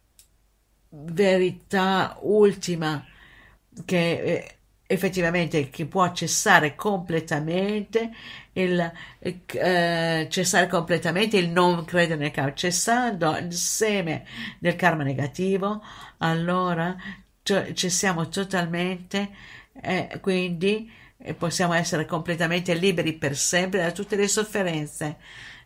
verità ultima che effettivamente che può cessare completamente il non credere nel karma, cessando il seme del karma negativo, allora cessiamo totalmente, quindi possiamo essere completamente liberi per sempre da tutte le sofferenze,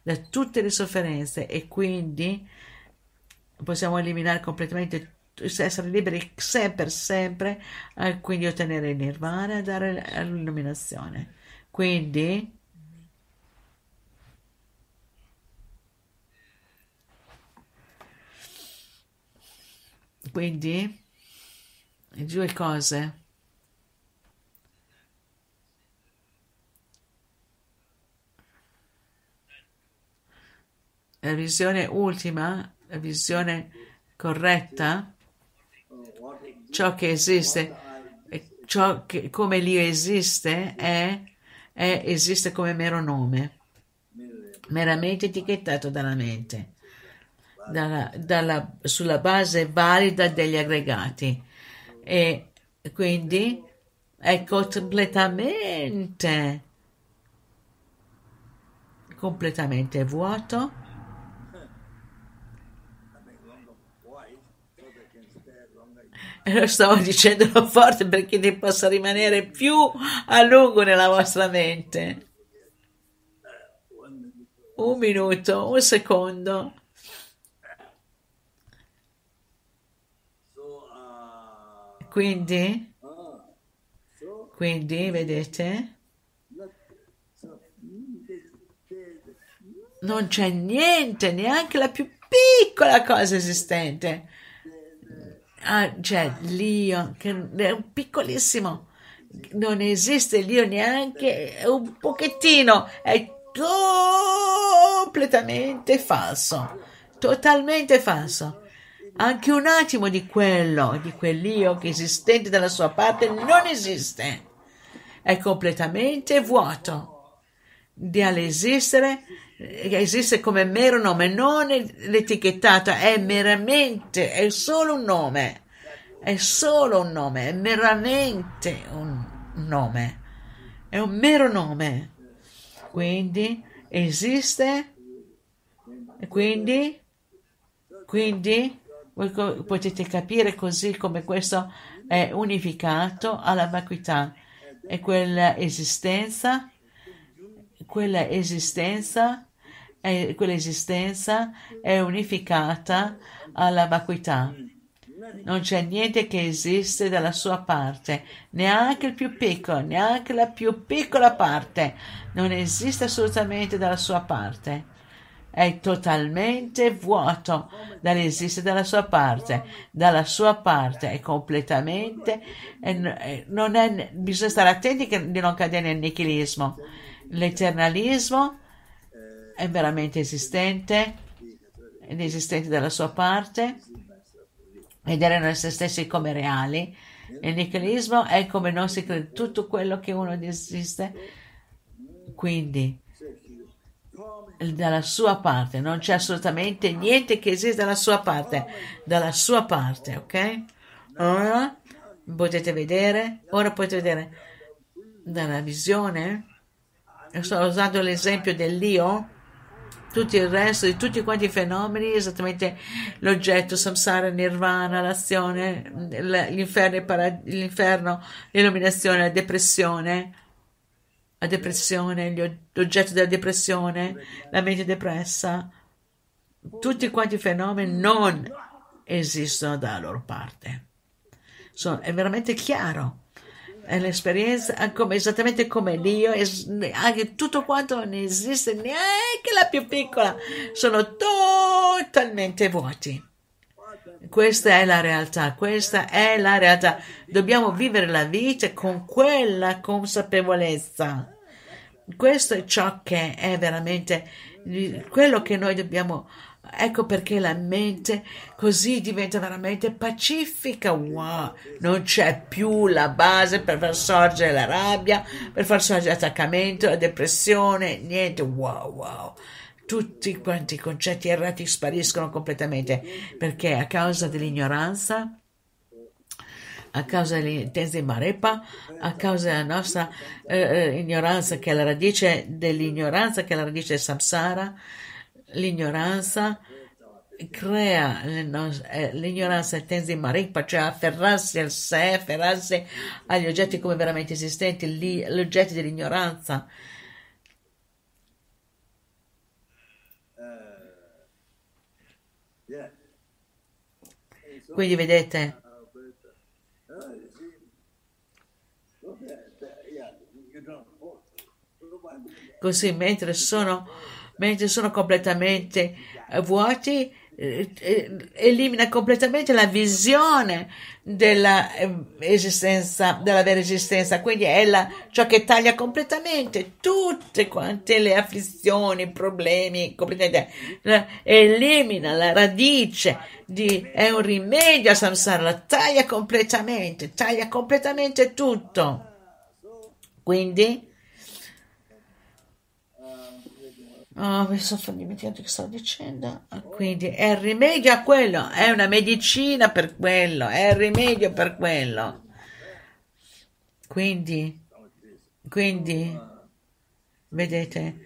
e quindi possiamo eliminare completamente, essere liberi sempre, sempre, quindi ottenere il nirvana e dare l'illuminazione. Quindi due cose. La visione ultima, la visione corretta, ciò che esiste, ciò che come l'io esiste esiste come mero nome, meramente etichettato dalla mente, sulla base valida degli aggregati, e quindi è completamente vuoto. E lo stavo dicendo forte perché ti possa rimanere più a lungo nella vostra mente. Un minuto, un secondo. Quindi, vedete? Non c'è niente, neanche la più piccola cosa esistente. C'è l'io, che è un piccolissimo, non esiste l'io neanche un pochettino, è completamente falso, totalmente falso. Anche un attimo di quell'io che è esistente dalla sua parte non esiste, è completamente vuoto. Dall'esistere, esiste come mero nome, non l'etichettato, è solo un nome, è meramente un nome, è un mero nome. Quindi esiste, quindi voi potete capire così come questo è unificato alla vacuità, e quella esistenza è unificata alla vacuità. Non c'è niente che esiste dalla sua parte, neanche il più piccolo, neanche la più piccola parte, non esiste assolutamente dalla sua parte. È totalmente vuoto dall'esistere dalla sua parte è completamente, bisogna stare attenti di non cadere nel nichilismo. L'eternalismo è veramente esistente ed esistente dalla sua parte, vedere noi se stessi come reali. Il nichilismo è come non si crede tutto quello che uno esiste, quindi dalla sua parte non c'è assolutamente niente che esiste dalla sua parte, ok? Ora potete vedere dalla visione. Io sto usando l'esempio dell'io, tutto il resto di tutti quanti i fenomeni, esattamente l'oggetto, samsara, nirvana, l'azione, l'inferno, l'illuminazione, la depressione, l'oggetto della depressione, la mente depressa, tutti quanti i fenomeni non esistono dalla loro parte. È veramente chiaro. È l'esperienza esattamente come l'io, anche tutto quanto non esiste, neanche la più piccola, sono totalmente vuoti. Questa è la realtà, dobbiamo vivere la vita con quella consapevolezza. Questo è ciò che è veramente quello che noi dobbiamo Ecco perché la mente così diventa veramente pacifica. Wow, non c'è più la base per far sorgere la rabbia, per far sorgere l'attaccamento, la depressione, niente. Wow, wow. Tutti quanti i concetti errati spariscono completamente perché a causa dell'intesa marepa, a causa della nostra ignoranza, che è la radice dell'ignoranza, che è la radice del samsara. L'ignoranza crea l'ignoranza intesa in maripa, cioè afferrarsi al sé, afferrarsi agli oggetti come veramente esistenti, gli oggetti dell'ignoranza. Yeah. Quindi vedete, Yeah, you don't hold. così mentre sono completamente vuoti, elimina completamente la visione della esistenza, della vera esistenza, quindi è ciò che taglia completamente tutte quante le afflizioni, i problemi, completamente, elimina la radice, è un rimedio a samsara, la taglia completamente tutto. Quindi mi sono dimenticato che stavo dicendo. Quindi è il rimedio a quello, è una medicina per quello, è il rimedio per quello. Quindi vedete,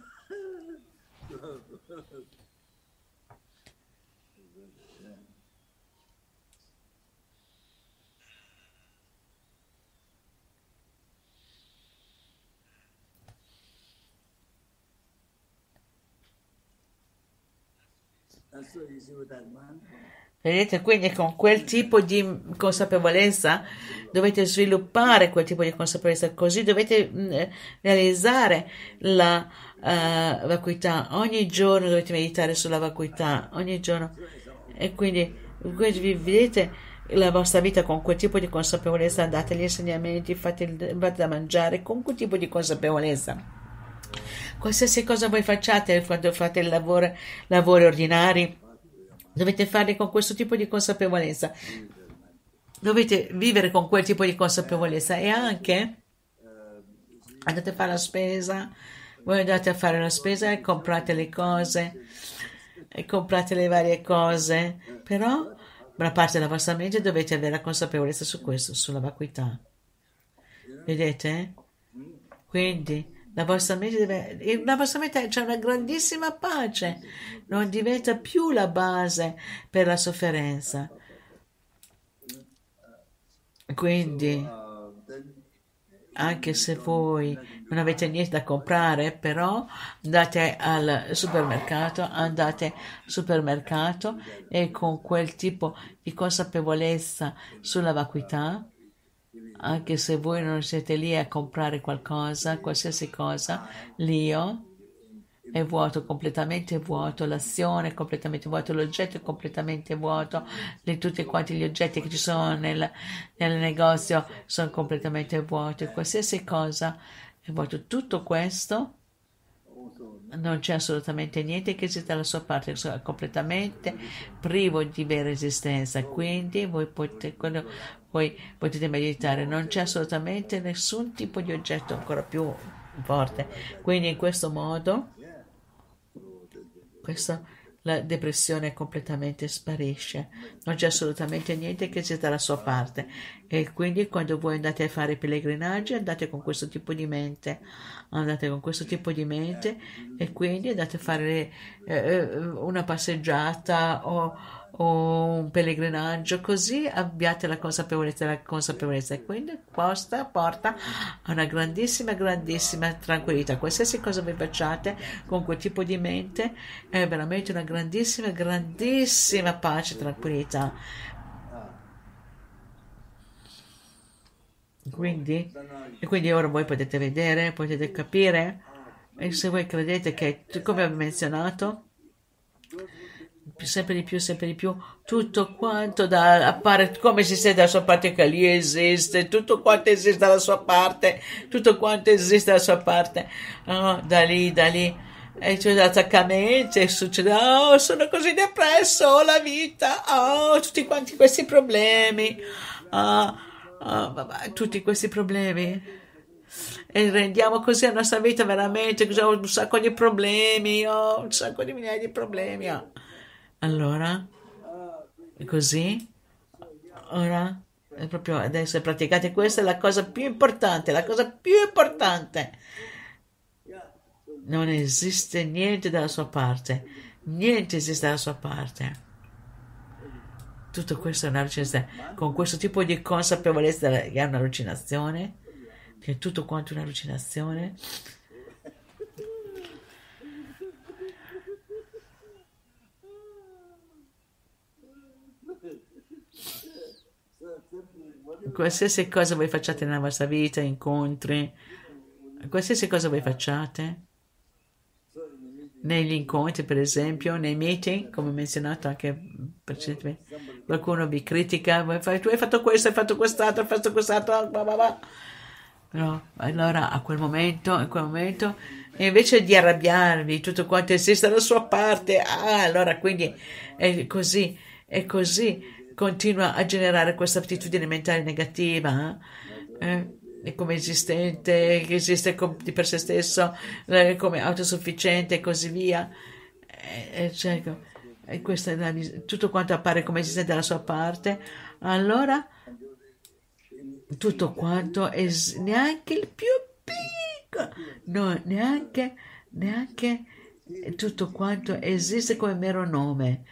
And so you see with that man, vedete, quindi con quel tipo di consapevolezza dovete sviluppare quel tipo di consapevolezza, così dovete realizzare la vacuità. Ogni giorno dovete meditare sulla vacuità, ogni giorno. E quindi vedete la vostra vita con quel tipo di consapevolezza, andate agli insegnamenti, fate da mangiare con quel tipo di consapevolezza. Qualsiasi cosa voi facciate quando fate lavori ordinari, dovete farli con questo tipo di consapevolezza. Dovete vivere con quel tipo di consapevolezza e anche andate a fare la spesa, voi andate a fare la spesa e comprate le cose, e comprate le varie cose, però una parte della vostra mente dovete avere la consapevolezza su questo, sulla vacuità. Vedete? Quindi la vostra mente c'è una grandissima pace, non diventa più la base per la sofferenza. Quindi, anche se voi non avete niente da comprare, però andate al supermercato e con quel tipo di consapevolezza sulla vacuità, anche se voi non siete lì a comprare qualcosa, qualsiasi cosa, l'io è vuoto, completamente vuoto, l'azione è completamente vuoto, l'oggetto è completamente vuoto, tutti quanti gli oggetti che ci sono nel negozio sono completamente vuoti, qualsiasi cosa è vuoto. Tutto questo non c'è assolutamente niente che esista dalla sua parte, è completamente privo di vera esistenza. Quindi voi potete meditare, non c'è assolutamente nessun tipo di oggetto ancora più forte. Quindi in questo modo la depressione completamente sparisce, non c'è assolutamente niente che sia dalla sua parte, e quindi quando voi andate a fare pellegrinaggi andate con questo tipo di mente, e quindi andate a fare una passeggiata o un pellegrinaggio, così abbiate la consapevolezza, e quindi porta a una grandissima tranquillità. Qualsiasi cosa vi facciate con quel tipo di mente è veramente una grandissima pace e tranquillità. Quindi ora voi potete vedere, potete capire, e se voi credete che, come ho menzionato, sempre di più, tutto quanto appare come si sente dalla sua parte, che lì esiste, tutto quanto esiste dalla sua parte, da lì, e c'è l'attaccamento e succede, oh, sono così depresso, ho la vita, oh, tutti quanti questi problemi, tutti questi problemi. E rendiamo così la nostra vita veramente, ho un sacco di problemi, ho un sacco di migliaia di problemi. Allora, così, ora, è proprio adesso praticate, questa è la cosa più importante, la cosa più importante. Non esiste niente dalla sua parte, niente esiste dalla sua parte. Tutto questo è un'allucinazione. Con questo tipo di consapevolezza che è un'allucinazione, che è tutto quanto un'allucinazione. Qualsiasi cosa voi facciate nella vostra vita, incontri, qualsiasi cosa voi facciate, negli incontri per esempio, nei meeting, come menzionato anche precedentemente, qualcuno vi critica, tu hai fatto questo, hai fatto quest'altro, hai fatto quest'altro, no, allora in quel momento, invece di arrabbiarvi, tutto quanto esiste dalla sua parte, allora quindi è così, continua a generare questa attitudine mentale negativa, è come esistente, che esiste di per se stesso, come autosufficiente e così via. E questo è tutto quanto appare come esistente dalla sua parte, allora tutto quanto è neanche il più piccolo, no, neanche tutto quanto esiste come mero nome.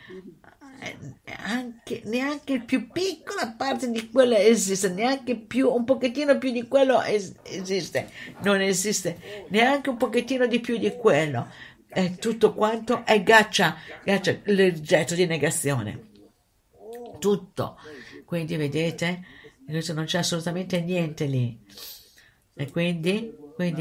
Neanche il più piccola parte di quello esiste, neanche più un pochettino più di quello esiste, non esiste neanche un pochettino di più di quello, è tutto quanto è gaccia l'oggetto di negazione, tutto. Quindi vedete, non c'è assolutamente niente lì, e quindi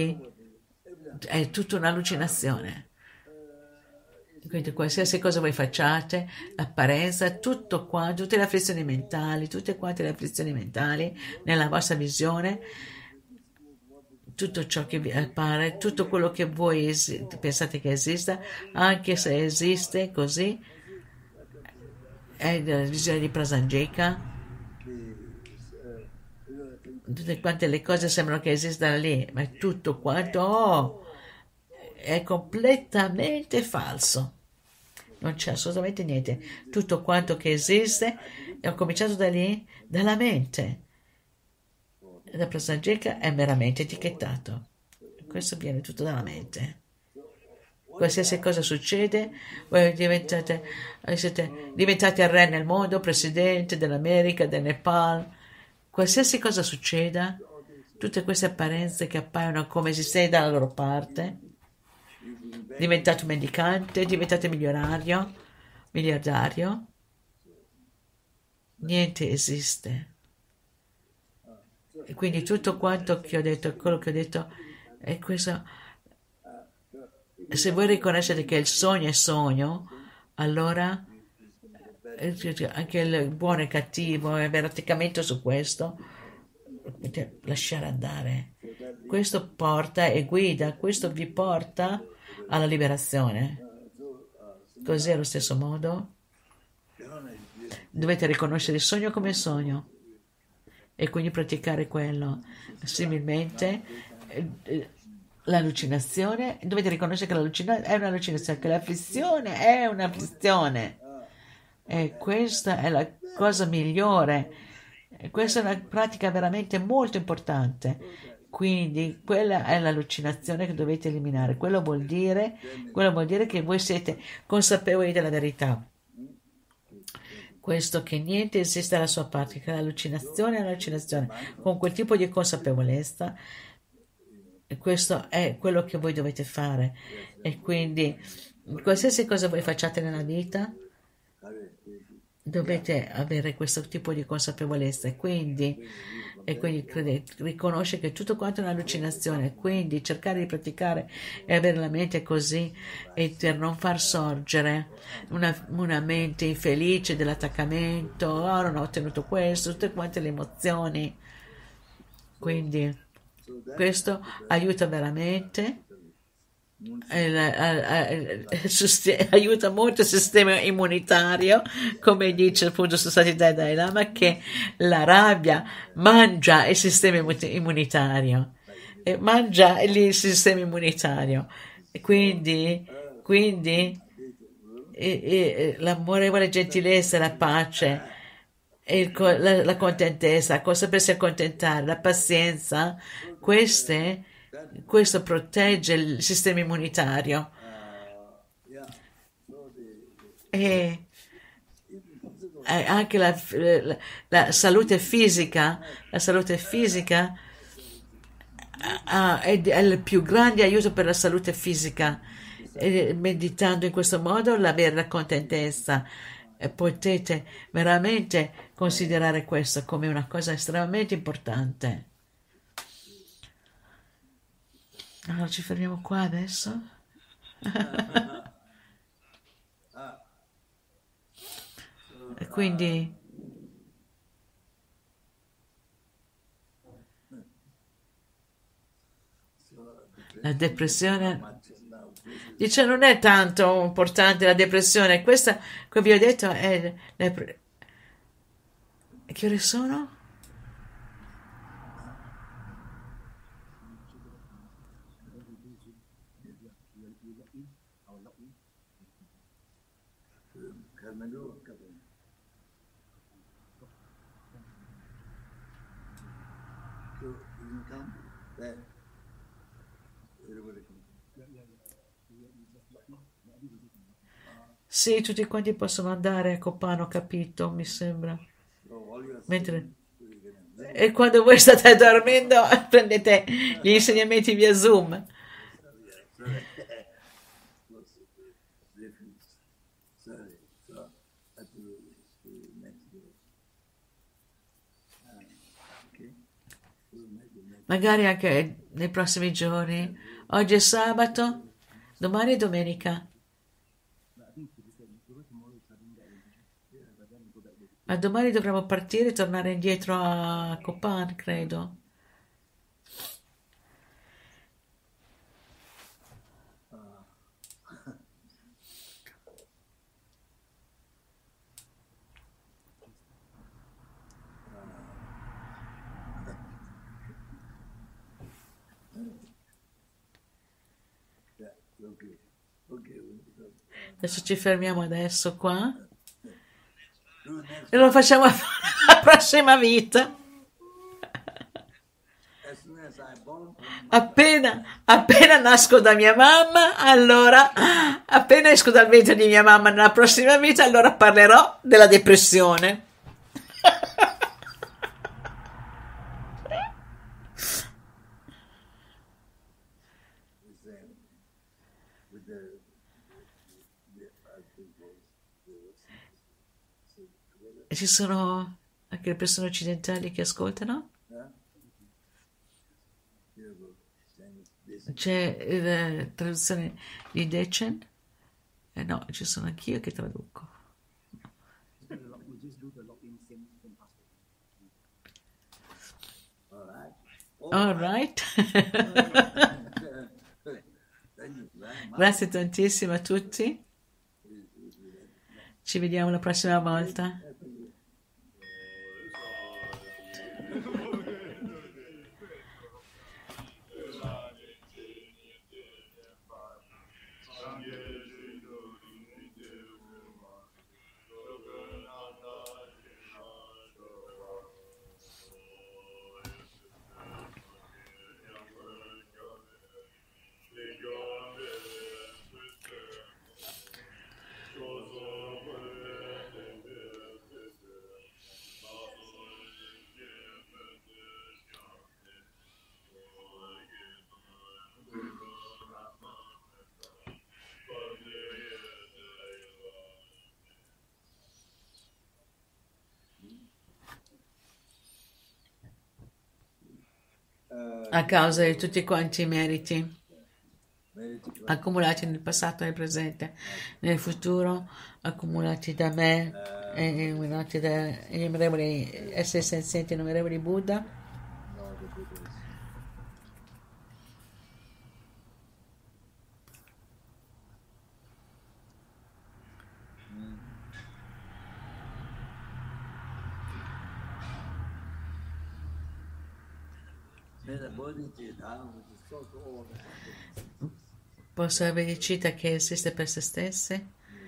è tutta un'allucinazione. Quindi qualsiasi cosa voi facciate, l'apparenza, tutto qua, tutte le afflizioni mentali, nella vostra visione, tutto ciò che vi appare, tutto quello che voi pensate che esista, anche se esiste così, è la visione di Prasanjika. Tutte quante le cose sembrano che esistano lì, ma è tutto quanto è completamente falso, non c'è assolutamente niente, tutto quanto che esiste ho cominciato da lì, dalla mente, la Prasanjika è meramente etichettato, questo viene tutto dalla mente. Qualsiasi cosa succede, voi siete diventati re nel mondo, presidente dell'America, del Nepal, qualsiasi cosa succeda, tutte queste apparenze che appaiono come esistenti dalla loro parte, diventato mendicante, diventate miliardario, niente esiste. E quindi tutto quanto che ho detto, quello che ho detto, è questo. Se voi riconoscete che il sogno è sogno, allora anche il buono e cattivo, e avere attaccamento su questo, lasciare andare. Questo porta e guida, questo vi porta alla liberazione. Così allo stesso modo dovete riconoscere il sogno come sogno e quindi praticare quello. Similmente l'allucinazione, dovete riconoscere che l'allucinazione è un'allucinazione, che l'afflizione è un'afflizione, e questa è la cosa migliore, e questa è una pratica veramente molto importante. Quindi quella è l'allucinazione che dovete eliminare. Quello vuol dire che voi siete consapevoli della verità. Questo che niente esiste alla sua parte, che l'allucinazione è l'allucinazione. Con quel tipo di consapevolezza, questo è quello che voi dovete fare. E quindi qualsiasi cosa voi facciate nella vita, dovete avere questo tipo di consapevolezza e quindi riconosce che tutto quanto è un'allucinazione, quindi cercare di praticare e avere la mente così e per non far sorgere una mente infelice dell'attaccamento, non ho ottenuto questo, tutte quante le emozioni. Quindi questo aiuta veramente aiuta molto il sistema immunitario, come dice appunto sono stati dai Dalai Lama, che la rabbia mangia il sistema immunitario, e mangia il sistema immunitario. E quindi l'amorevole gentilezza, la pace, la contentezza, sapersi accontentare, la pazienza, questo protegge il sistema immunitario e anche la salute fisica. La salute fisica è il più grande aiuto per la salute fisica. E meditando in questo modo, avere la contentezza, potete veramente considerare questo come una cosa estremamente importante. Allora ci fermiamo qua adesso. E quindi la depressione, dice, non è tanto importante la depressione. Questa, come vi ho detto, è che ore sono? Sì, tutti quanti possono andare a Copano, capito, mi sembra. E quando voi state dormendo, prendete gli insegnamenti via Zoom. Magari anche nei prossimi giorni. Oggi è sabato, domani è domenica. Ma domani dovremo partire e tornare indietro a Copan, credo. Adesso ci fermiamo adesso qua e lo facciamo la prossima vita. Appena nasco da mia mamma, allora appena esco dal ventre di mia mamma nella prossima vita, allora parlerò della depressione. E ci sono anche le persone occidentali che ascoltano? C'è la traduzione di Dechen? No, ci sono anch'io che traduco. All right. Grazie tantissimo a tutti. Ci vediamo la prossima volta. A causa di tutti quanti i meriti accumulati nel passato, nel presente, nel futuro, accumulati da me e illuminati dagli innumerevoli esseri senzienti, innumerevoli Buddha. possa avere veridicità che esiste per se stesse,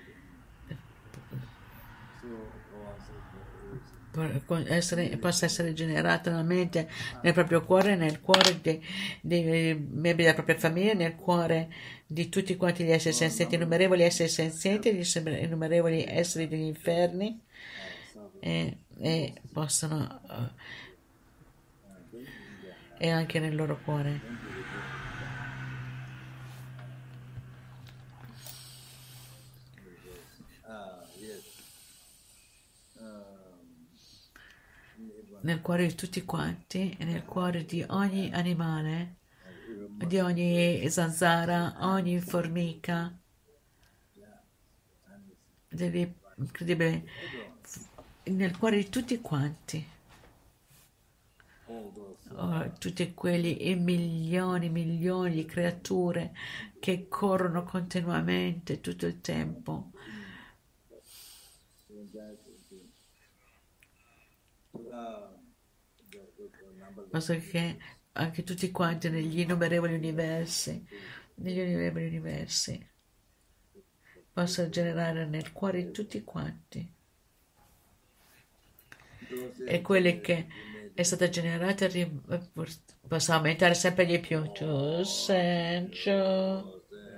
possa essere generata nella mente, nel proprio cuore, nel cuore dei membri della propria famiglia, nel cuore di tutti quanti gli esseri senzienti, innumerevoli esseri senzienti, gli innumerevoli esseri degli inferni, e possono, e anche nel loro cuore. Nel cuore di tutti quanti e nel cuore di ogni animale, di ogni zanzara, ogni formica, incredibile, nel cuore di tutti quanti. Tutti quelli e milioni di creature che corrono continuamente tutto il tempo. Basta che anche tutti quanti negli innumerevoli universi possano generare nel cuore di tutti quanti. E quelli che è stata generata possa aumentare sempre di più. Tu senso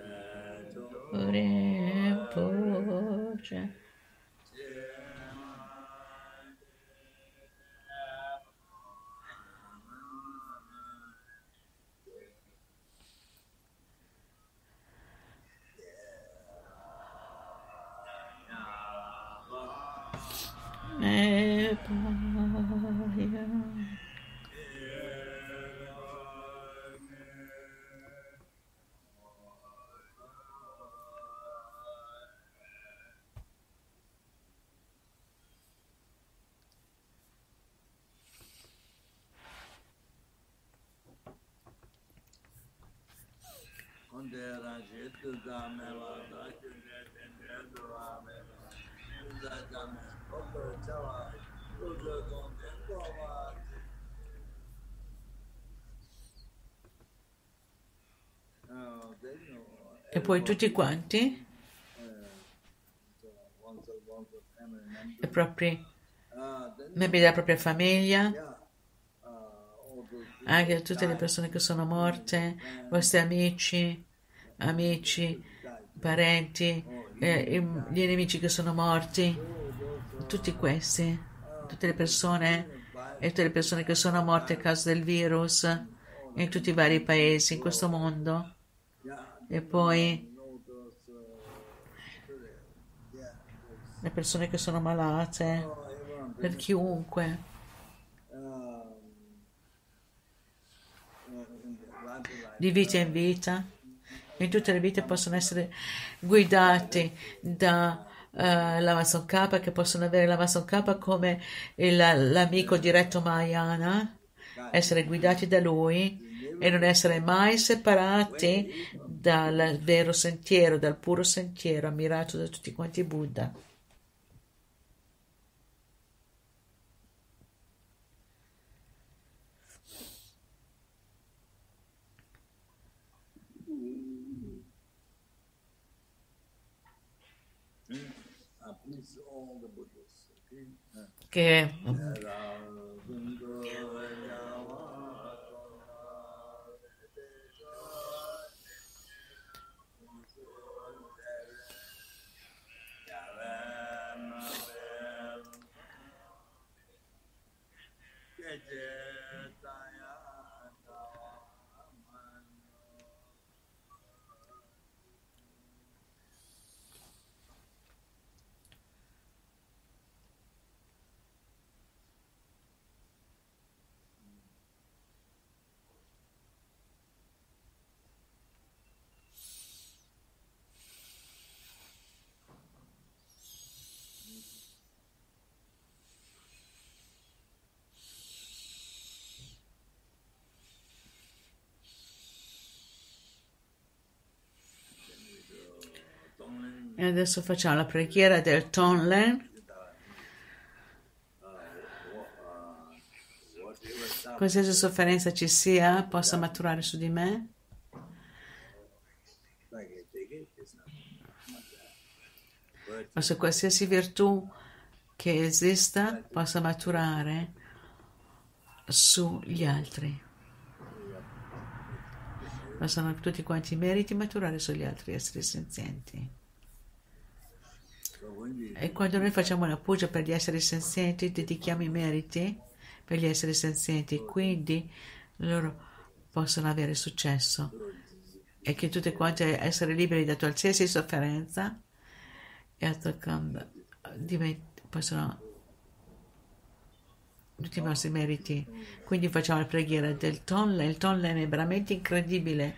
E poi tutti quanti i propri membri della propria famiglia, anche tutte le persone che sono morte, vostri amici, parenti, gli nemici che sono morti, tutti questi, tutte le persone e tutte le persone che sono morte a causa del virus in tutti i vari paesi in questo mondo, e poi le persone che sono malate, per chiunque, di vita in vita, in tutte le vite possono essere guidati da l'Amazon K, che possono avere l'Amazon K come l'amico diretto Mahayana, essere guidati da lui e non essere mai separati dal vero sentiero, dal puro sentiero ammirato da tutti quanti i Buddha. Che E adesso facciamo la preghiera del Tonglen. qualsiasi sofferenza ci sia possa maturare su di me, o se qualsiasi virtù che esista possa maturare sugli altri. Possano tutti quanti i meriti maturare sugli altri esseri senzienti. E quando noi facciamo la puja per gli esseri senzienti, dedichiamo i meriti per gli esseri senzienti, quindi loro possono avere successo e che tutti quanti essere liberi da qualsiasi sofferenza e possono tutti i nostri meriti. Quindi facciamo la preghiera del Tonlen. Il Tonlen è veramente incredibile.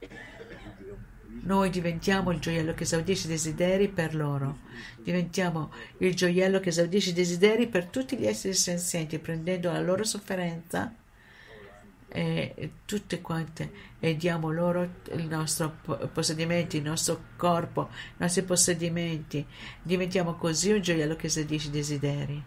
Noi diventiamo il gioiello che esaudisce i desideri per loro. Diventiamo il gioiello che esaudisce i desideri per tutti gli esseri senzienti, prendendo la loro sofferenza e tutte quante e diamo loro il nostro possedimento, il nostro corpo, i nostri possedimenti. Diventiamo così un gioiello che esaudisce i desideri.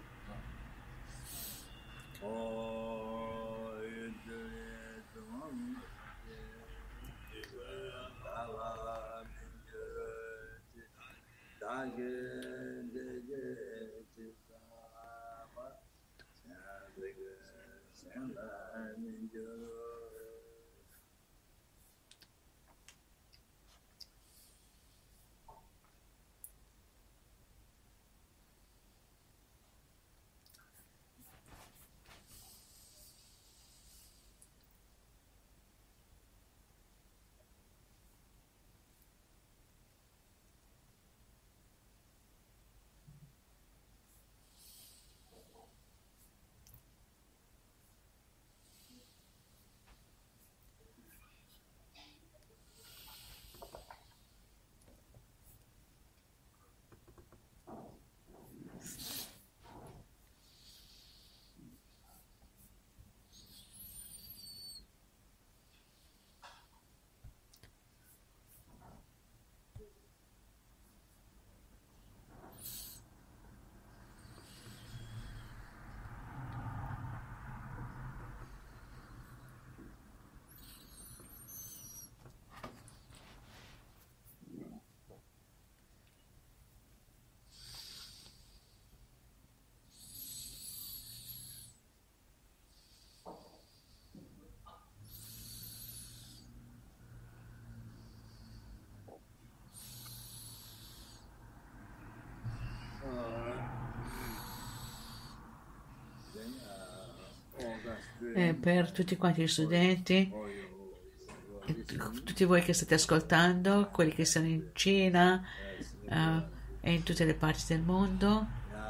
Per tutti quanti gli studenti, tutti voi che state ascoltando, quelli che sono in Cina e in tutte le parti del mondo,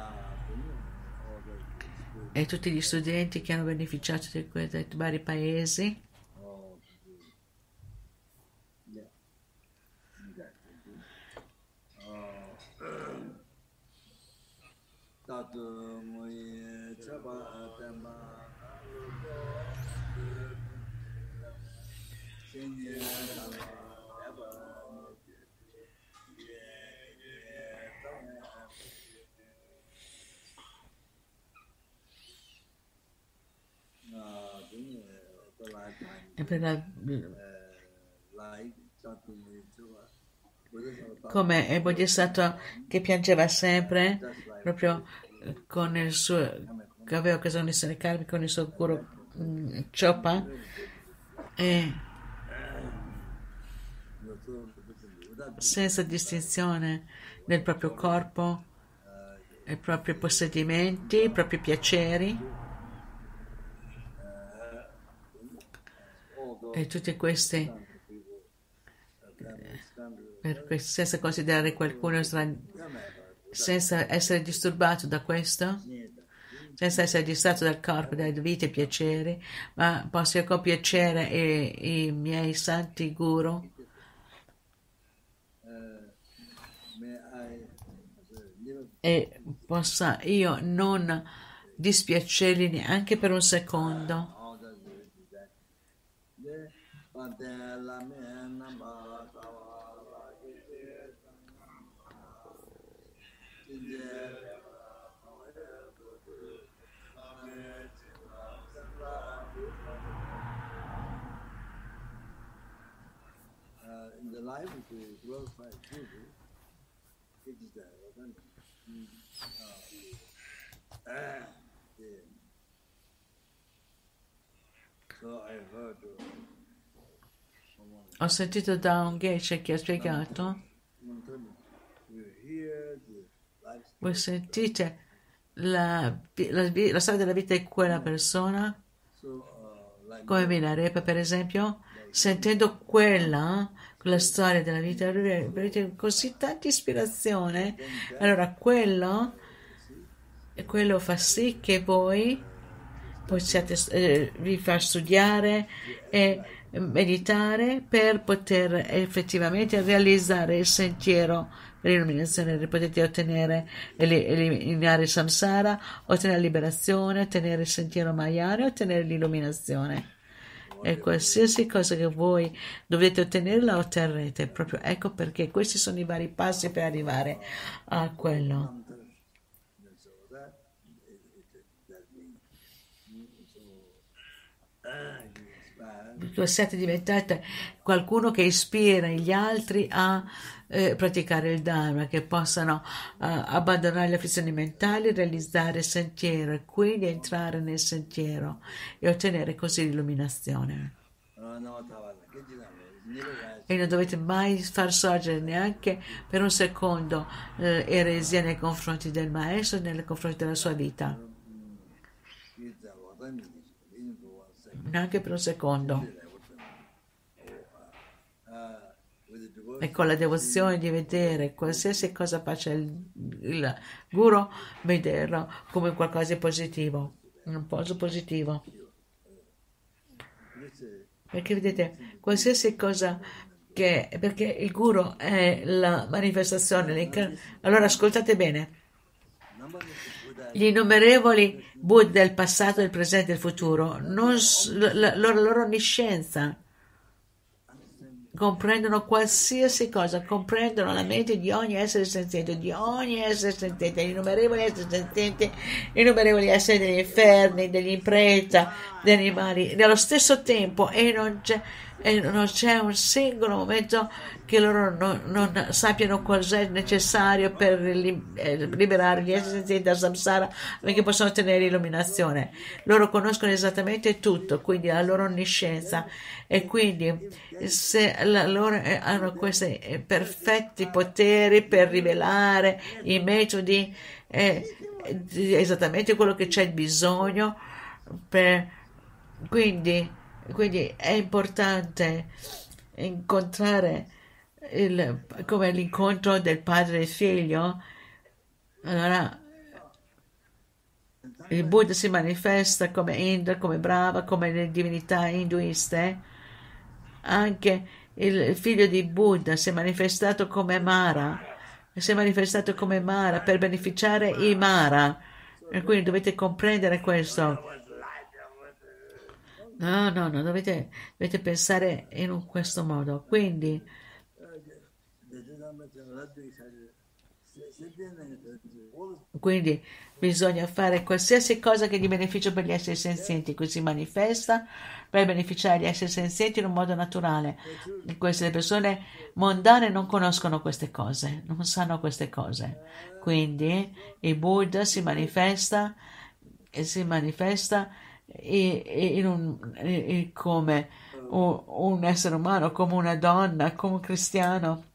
e tutti gli studenti che hanno beneficiato dai vari paesi. E per come è Bodhisattva che piangeva sempre proprio con il suo che aveva occasione karmi con il suo guru Chopa e senza distinzione del proprio corpo, i propri possedimenti, i propri piaceri e tutti questi senza considerare qualcuno senza essere disturbato da questo, senza essere distratto dal corpo, dalle vite e piaceri, ma posso io con piacere i miei santi guru e possa io non dispiacerli neanche per un secondo. the glorified children, it is that. So I heard someone Ho sentito da un geisha che ha spiegato, you hear the life voi sentite la storia della vita di quella persona, like come Milarepa per esempio, sentendo quella storia della vita, avete così tanta ispirazione, allora quello fa sì che voi possiate vi far studiare e meditare per poter effettivamente realizzare il sentiero per l'illuminazione. Potete ottenere, eliminare il samsara, ottenere la liberazione, ottenere il sentiero Mayana, ottenere l'illuminazione. E qualsiasi cosa che voi dovete ottenere la otterrete. Proprio ecco perché questi sono i vari passi per arrivare a quello. so that Siete diventate qualcuno che ispira gli altri a praticare il Dharma, che possano abbandonare le afflizioni mentali, realizzare il sentiero e quindi entrare nel sentiero e ottenere così l'illuminazione. E non dovete mai far sorgere neanche per un secondo eresia nei confronti del maestro e nei confronti della sua vita, neanche per un secondo. E con la devozione di vedere qualsiasi cosa faccia il guru, vederlo come qualcosa di positivo, un posto positivo. Perché vedete, qualsiasi cosa perché il guru è la manifestazione. Allora ascoltate bene. Gli innumerevoli Buddha del passato, del presente e del futuro, la loro onniscienza, comprendono qualsiasi cosa, comprendono la mente di ogni essere senziente, gli innumerevoli esseri senzienti, innumerevoli esseri degli inferni, degli impreta, degli animali, nello stesso tempo, e non c'è un singolo momento che loro non sappiano cos'è necessario per liberare gli esseri senzienti dal samsara, perché possono ottenere l'illuminazione. Loro conoscono esattamente tutto, quindi la loro onniscienza, e quindi se loro hanno questi perfetti poteri per rivelare i metodi, esattamente quello che c'è bisogno quindi è importante incontrare come l'incontro del padre e figlio. Allora il Buddha si manifesta come Indra, come Brahma, come le divinità induiste. Anche il figlio di Buddha si è manifestato come Mara, per beneficiare i Mara, e quindi dovete comprendere questo. No, dovete pensare in questo modo. Quindi bisogna fare qualsiasi cosa che è di beneficio per gli esseri senzienti, così si manifesta per beneficiare gli esseri senzienti in un modo naturale. Queste persone mondane non conoscono queste cose, non sanno queste cose. Quindi il Buddha si manifesta come un essere umano, come una donna, come un cristiano.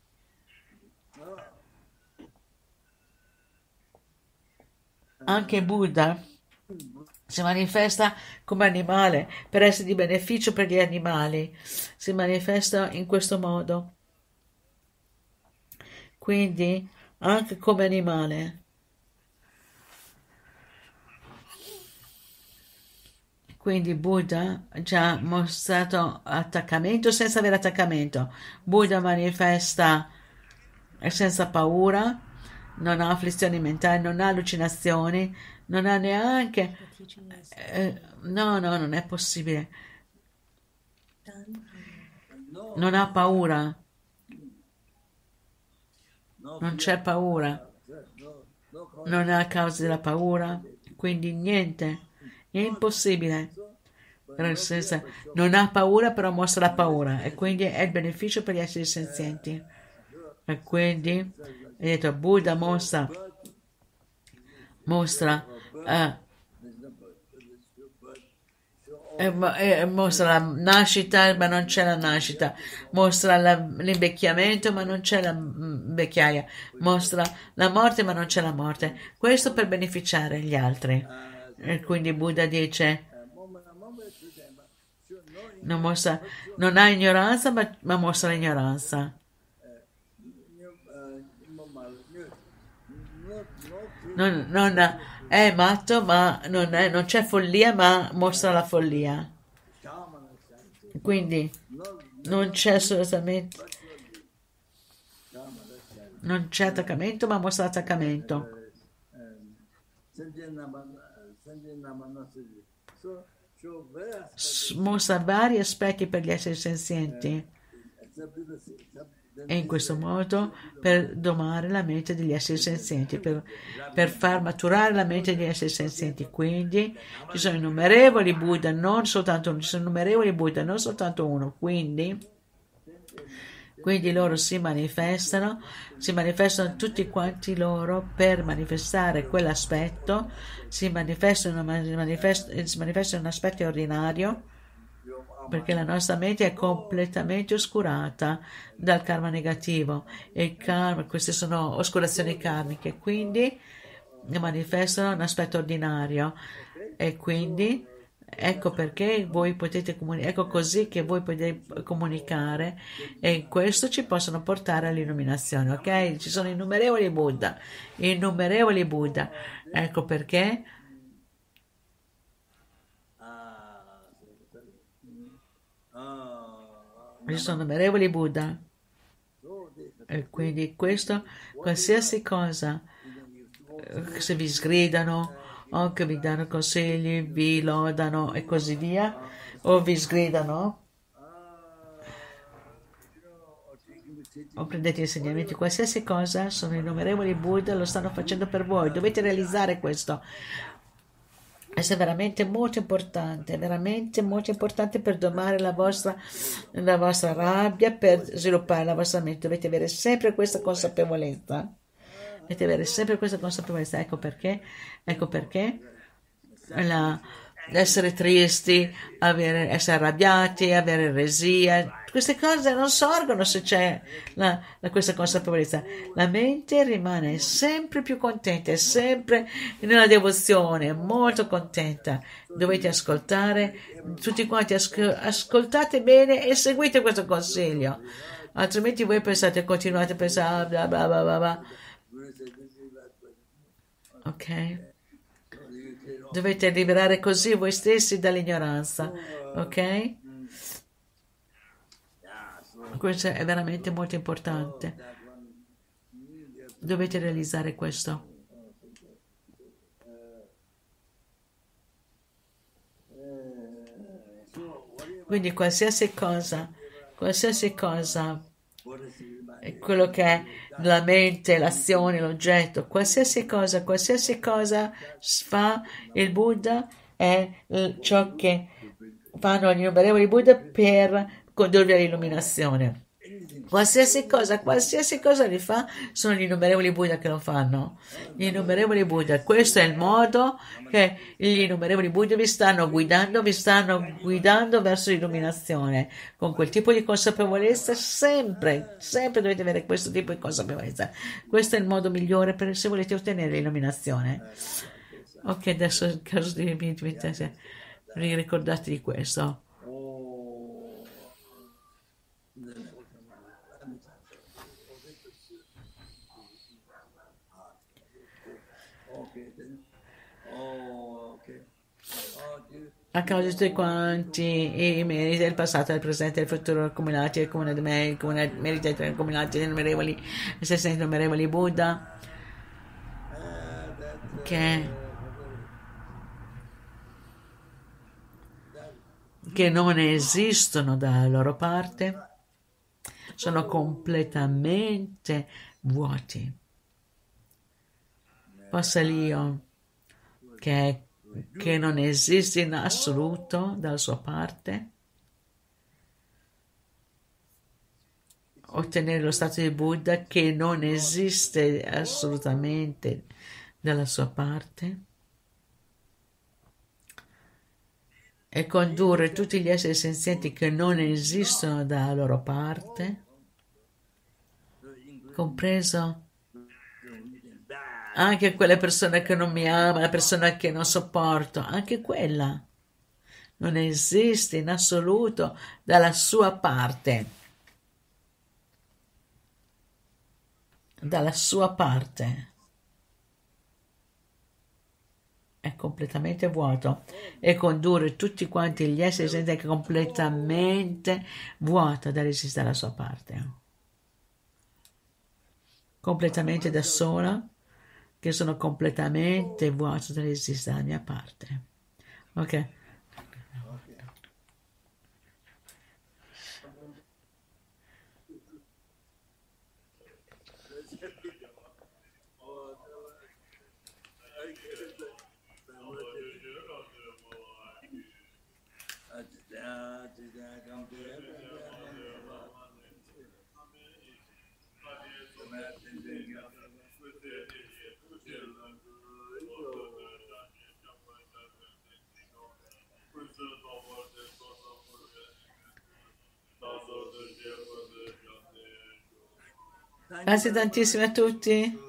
Anche Buddha si manifesta come animale per essere di beneficio per gli animali, si manifesta in questo modo, quindi anche come animale. Quindi Buddha ha già mostrato attaccamento senza avere attaccamento. Buddha manifesta senza paura, non ha afflizioni mentali, non ha allucinazioni, non ha neanche... no, non è possibile. Non ha paura. Non c'è paura. Non ha causa della paura, quindi niente. È impossibile. Non ha paura, però mostra la paura, e quindi è il beneficio per gli esseri senzienti. E quindi ha detto Buddha mostra mostra la nascita ma non c'è la nascita, mostra l'invecchiamento ma non c'è la vecchiaia, mostra la morte ma non c'è la morte, questo per beneficiare gli altri. E quindi Buddha dice non ha ignoranza ma mostra l'ignoranza. Non è matto ma non c'è follia ma mostra la follia. Quindi non c'è assolutamente, non c'è attaccamento ma mostra l'attaccamento. Mostra vari aspetti per gli esseri senzienti e in questo modo per domare la mente degli esseri senzienti, per far maturare la mente degli esseri senzienti. Quindi ci sono innumerevoli Buddha, non soltanto uno, ci sono innumerevoli Buddha, non soltanto uno. Quindi loro si manifestano tutti quanti loro per manifestare quell'aspetto, si manifestano in un aspetto ordinario, perché la nostra mente è completamente oscurata dal karma negativo e il karma, queste sono oscurazioni karmiche, quindi manifestano un aspetto ordinario e quindi ecco perché voi potete ecco così che voi potete comunicare e questo ci possono portare all'illuminazione, ok? Ci sono innumerevoli Buddha, ecco perché ci sono innumerevoli Buddha e quindi questo, qualsiasi cosa, se vi sgridano o che vi danno consigli, vi lodano e così via, o vi sgridano o prendete insegnamenti, qualsiasi cosa, sono innumerevoli Buddha, lo stanno facendo per voi, dovete realizzare questo. Questo è veramente molto importante per domare la vostra rabbia, per sviluppare la vostra mente. Dovete avere sempre questa consapevolezza. Ecco perché essere tristi, essere arrabbiati, avere eresia, queste cose non sorgono se c'è questa consapevolezza. La mente rimane sempre più contenta, sempre nella devozione, molto contenta. Dovete ascoltare, tutti quanti ascoltate bene e seguite questo consiglio, altrimenti voi continuate a pensare bla bla bla bla bla. Ok? Dovete liberare così voi stessi dall'ignoranza, ok? Questo è veramente molto importante. Dovete realizzare questo. Quindi qualsiasi cosa, è quello che è la mente, l'azione, l'oggetto, qualsiasi cosa fa il Buddha è ciò che fanno gli innumerevoli Buddha per condurvi all'illuminazione. Qualsiasi cosa li fa, sono gli innumerevoli Buddha che lo fanno. Gli innumerevoli Buddha, questo è il modo che gli innumerevoli Buddha vi stanno guidando verso l'illuminazione. Con quel tipo di consapevolezza, sempre dovete avere questo tipo di consapevolezza. Questo è il modo migliore se volete ottenere l'illuminazione. Ok, adesso in caso di ricordate di questo. A causa di tutti quanti i meriti del passato, del presente e del futuro accumulati, il comune meriti accumulati degli innumerevoli Buddha, che non esistono dalla loro parte, sono completamente vuoti. Possa l'io che non esiste in assoluto dalla sua parte, ottenere lo stato di Buddha che non esiste assolutamente dalla sua parte e condurre tutti gli esseri senzienti che non esistono dalla loro parte, compreso anche quelle persone che non mi amano, la persona che non sopporto, anche quella non esiste in assoluto dalla sua parte. Dalla sua parte è completamente vuoto e condurre tutti quanti gli esseri senzienti è completamente vuoto dall'esistere dalla sua parte, completamente da sola, che sono completamente vuoto dall'esistere dalla mia parte. Ok. Grazie tantissimo a tutti.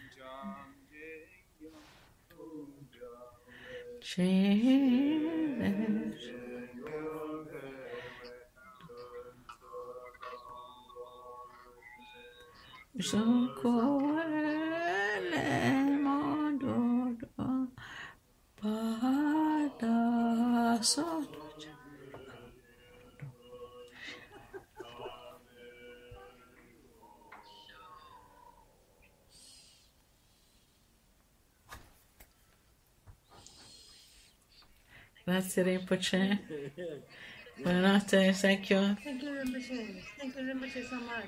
Grazie Rinpoche. Buonanotte, thank you. Thank you, Rinpoche. Thank you, Rinpoche, so much.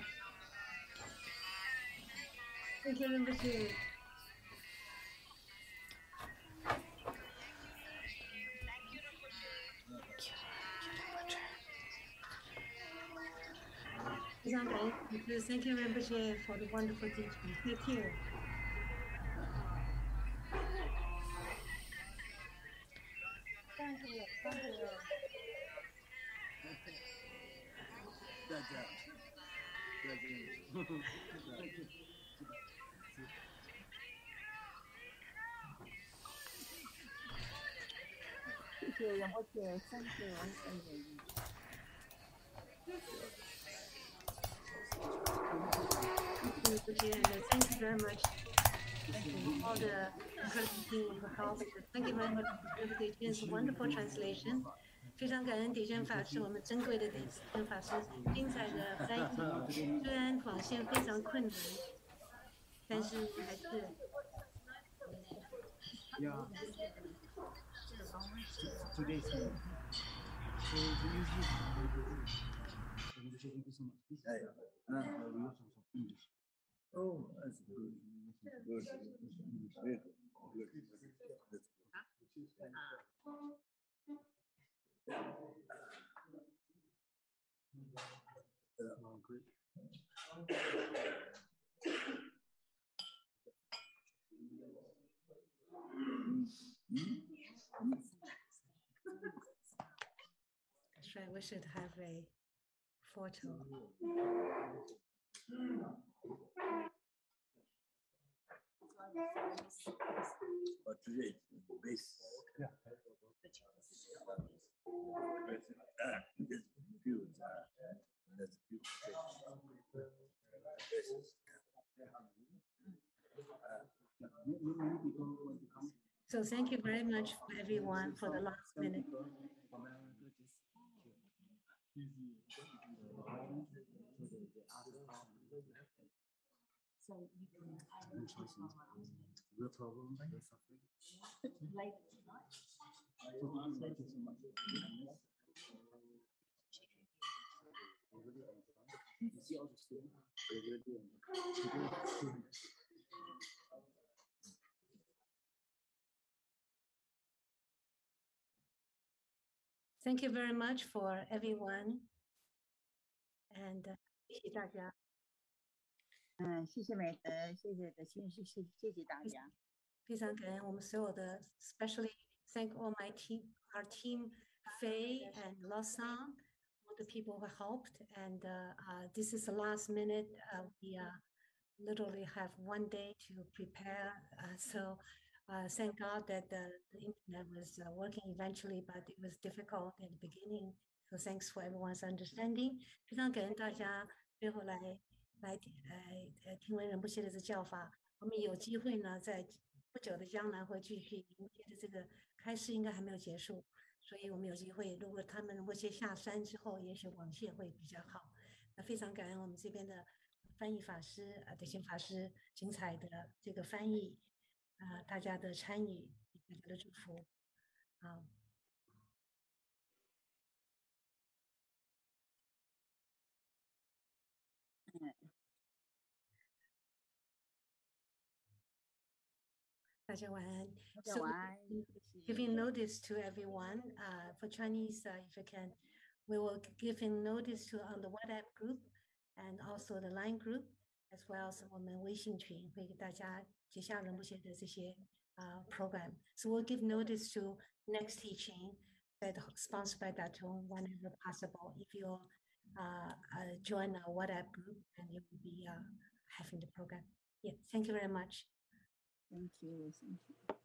Thank you, Rinpoche. Thank you, Rinpoche, for the wonderful teaching. Thank you. Thank you. Thank you. 谢谢杨波姐，thank you。Thank you very much. Thank you all the incredible team of help. Thank you very much for the teaching's wonderful translation. 非常感恩底线法师，我们珍贵的底线法师精彩的翻译。虽然网线非常困难，但是还是。 Yeah. Today is Oh, that's good. Good. Good. Good. That's right. We should have a photo. But today, base. Yeah. That's few. That's few. So thank you very much for everyone for the last minute. Real problem, real suffering. Thank you very much for everyone, and 谢谢大家。 谢谢美德，谢谢德清，谢谢大家。 非常感恩我们所有的 ，especially thank all my team, our team, Faye and Lawson, all the people who helped. And this is the last minute. We literally have one day to prepare. So thank God that the internet was working eventually, but it was difficult at the beginning. So thanks for everyone's understanding. 非常感恩大家最后来听闻仁波切的这教法。我们有机会呢，在不久的将来会继续仁波切的这个开示，应该还没有结束，所以我们有机会，如果他们仁波切下山之后，也许网线会比较好。那非常感恩我们这边的翻译法师德行法师精彩的这个翻译大家的参与，大家的祝福啊。大家晚安。 大家晚安。 Giving notice to everyone for Chinese, if you can, we will give notice to on the WhatsApp group and also the Line group, as well as 我们微信群会给大家接下仁波切的这些program. So we'll give notice to next teaching that sponsored by Datung whenever possible. If you join our WhatsApp group, and you will be having the program. Yeah, thank you very much. Thank you.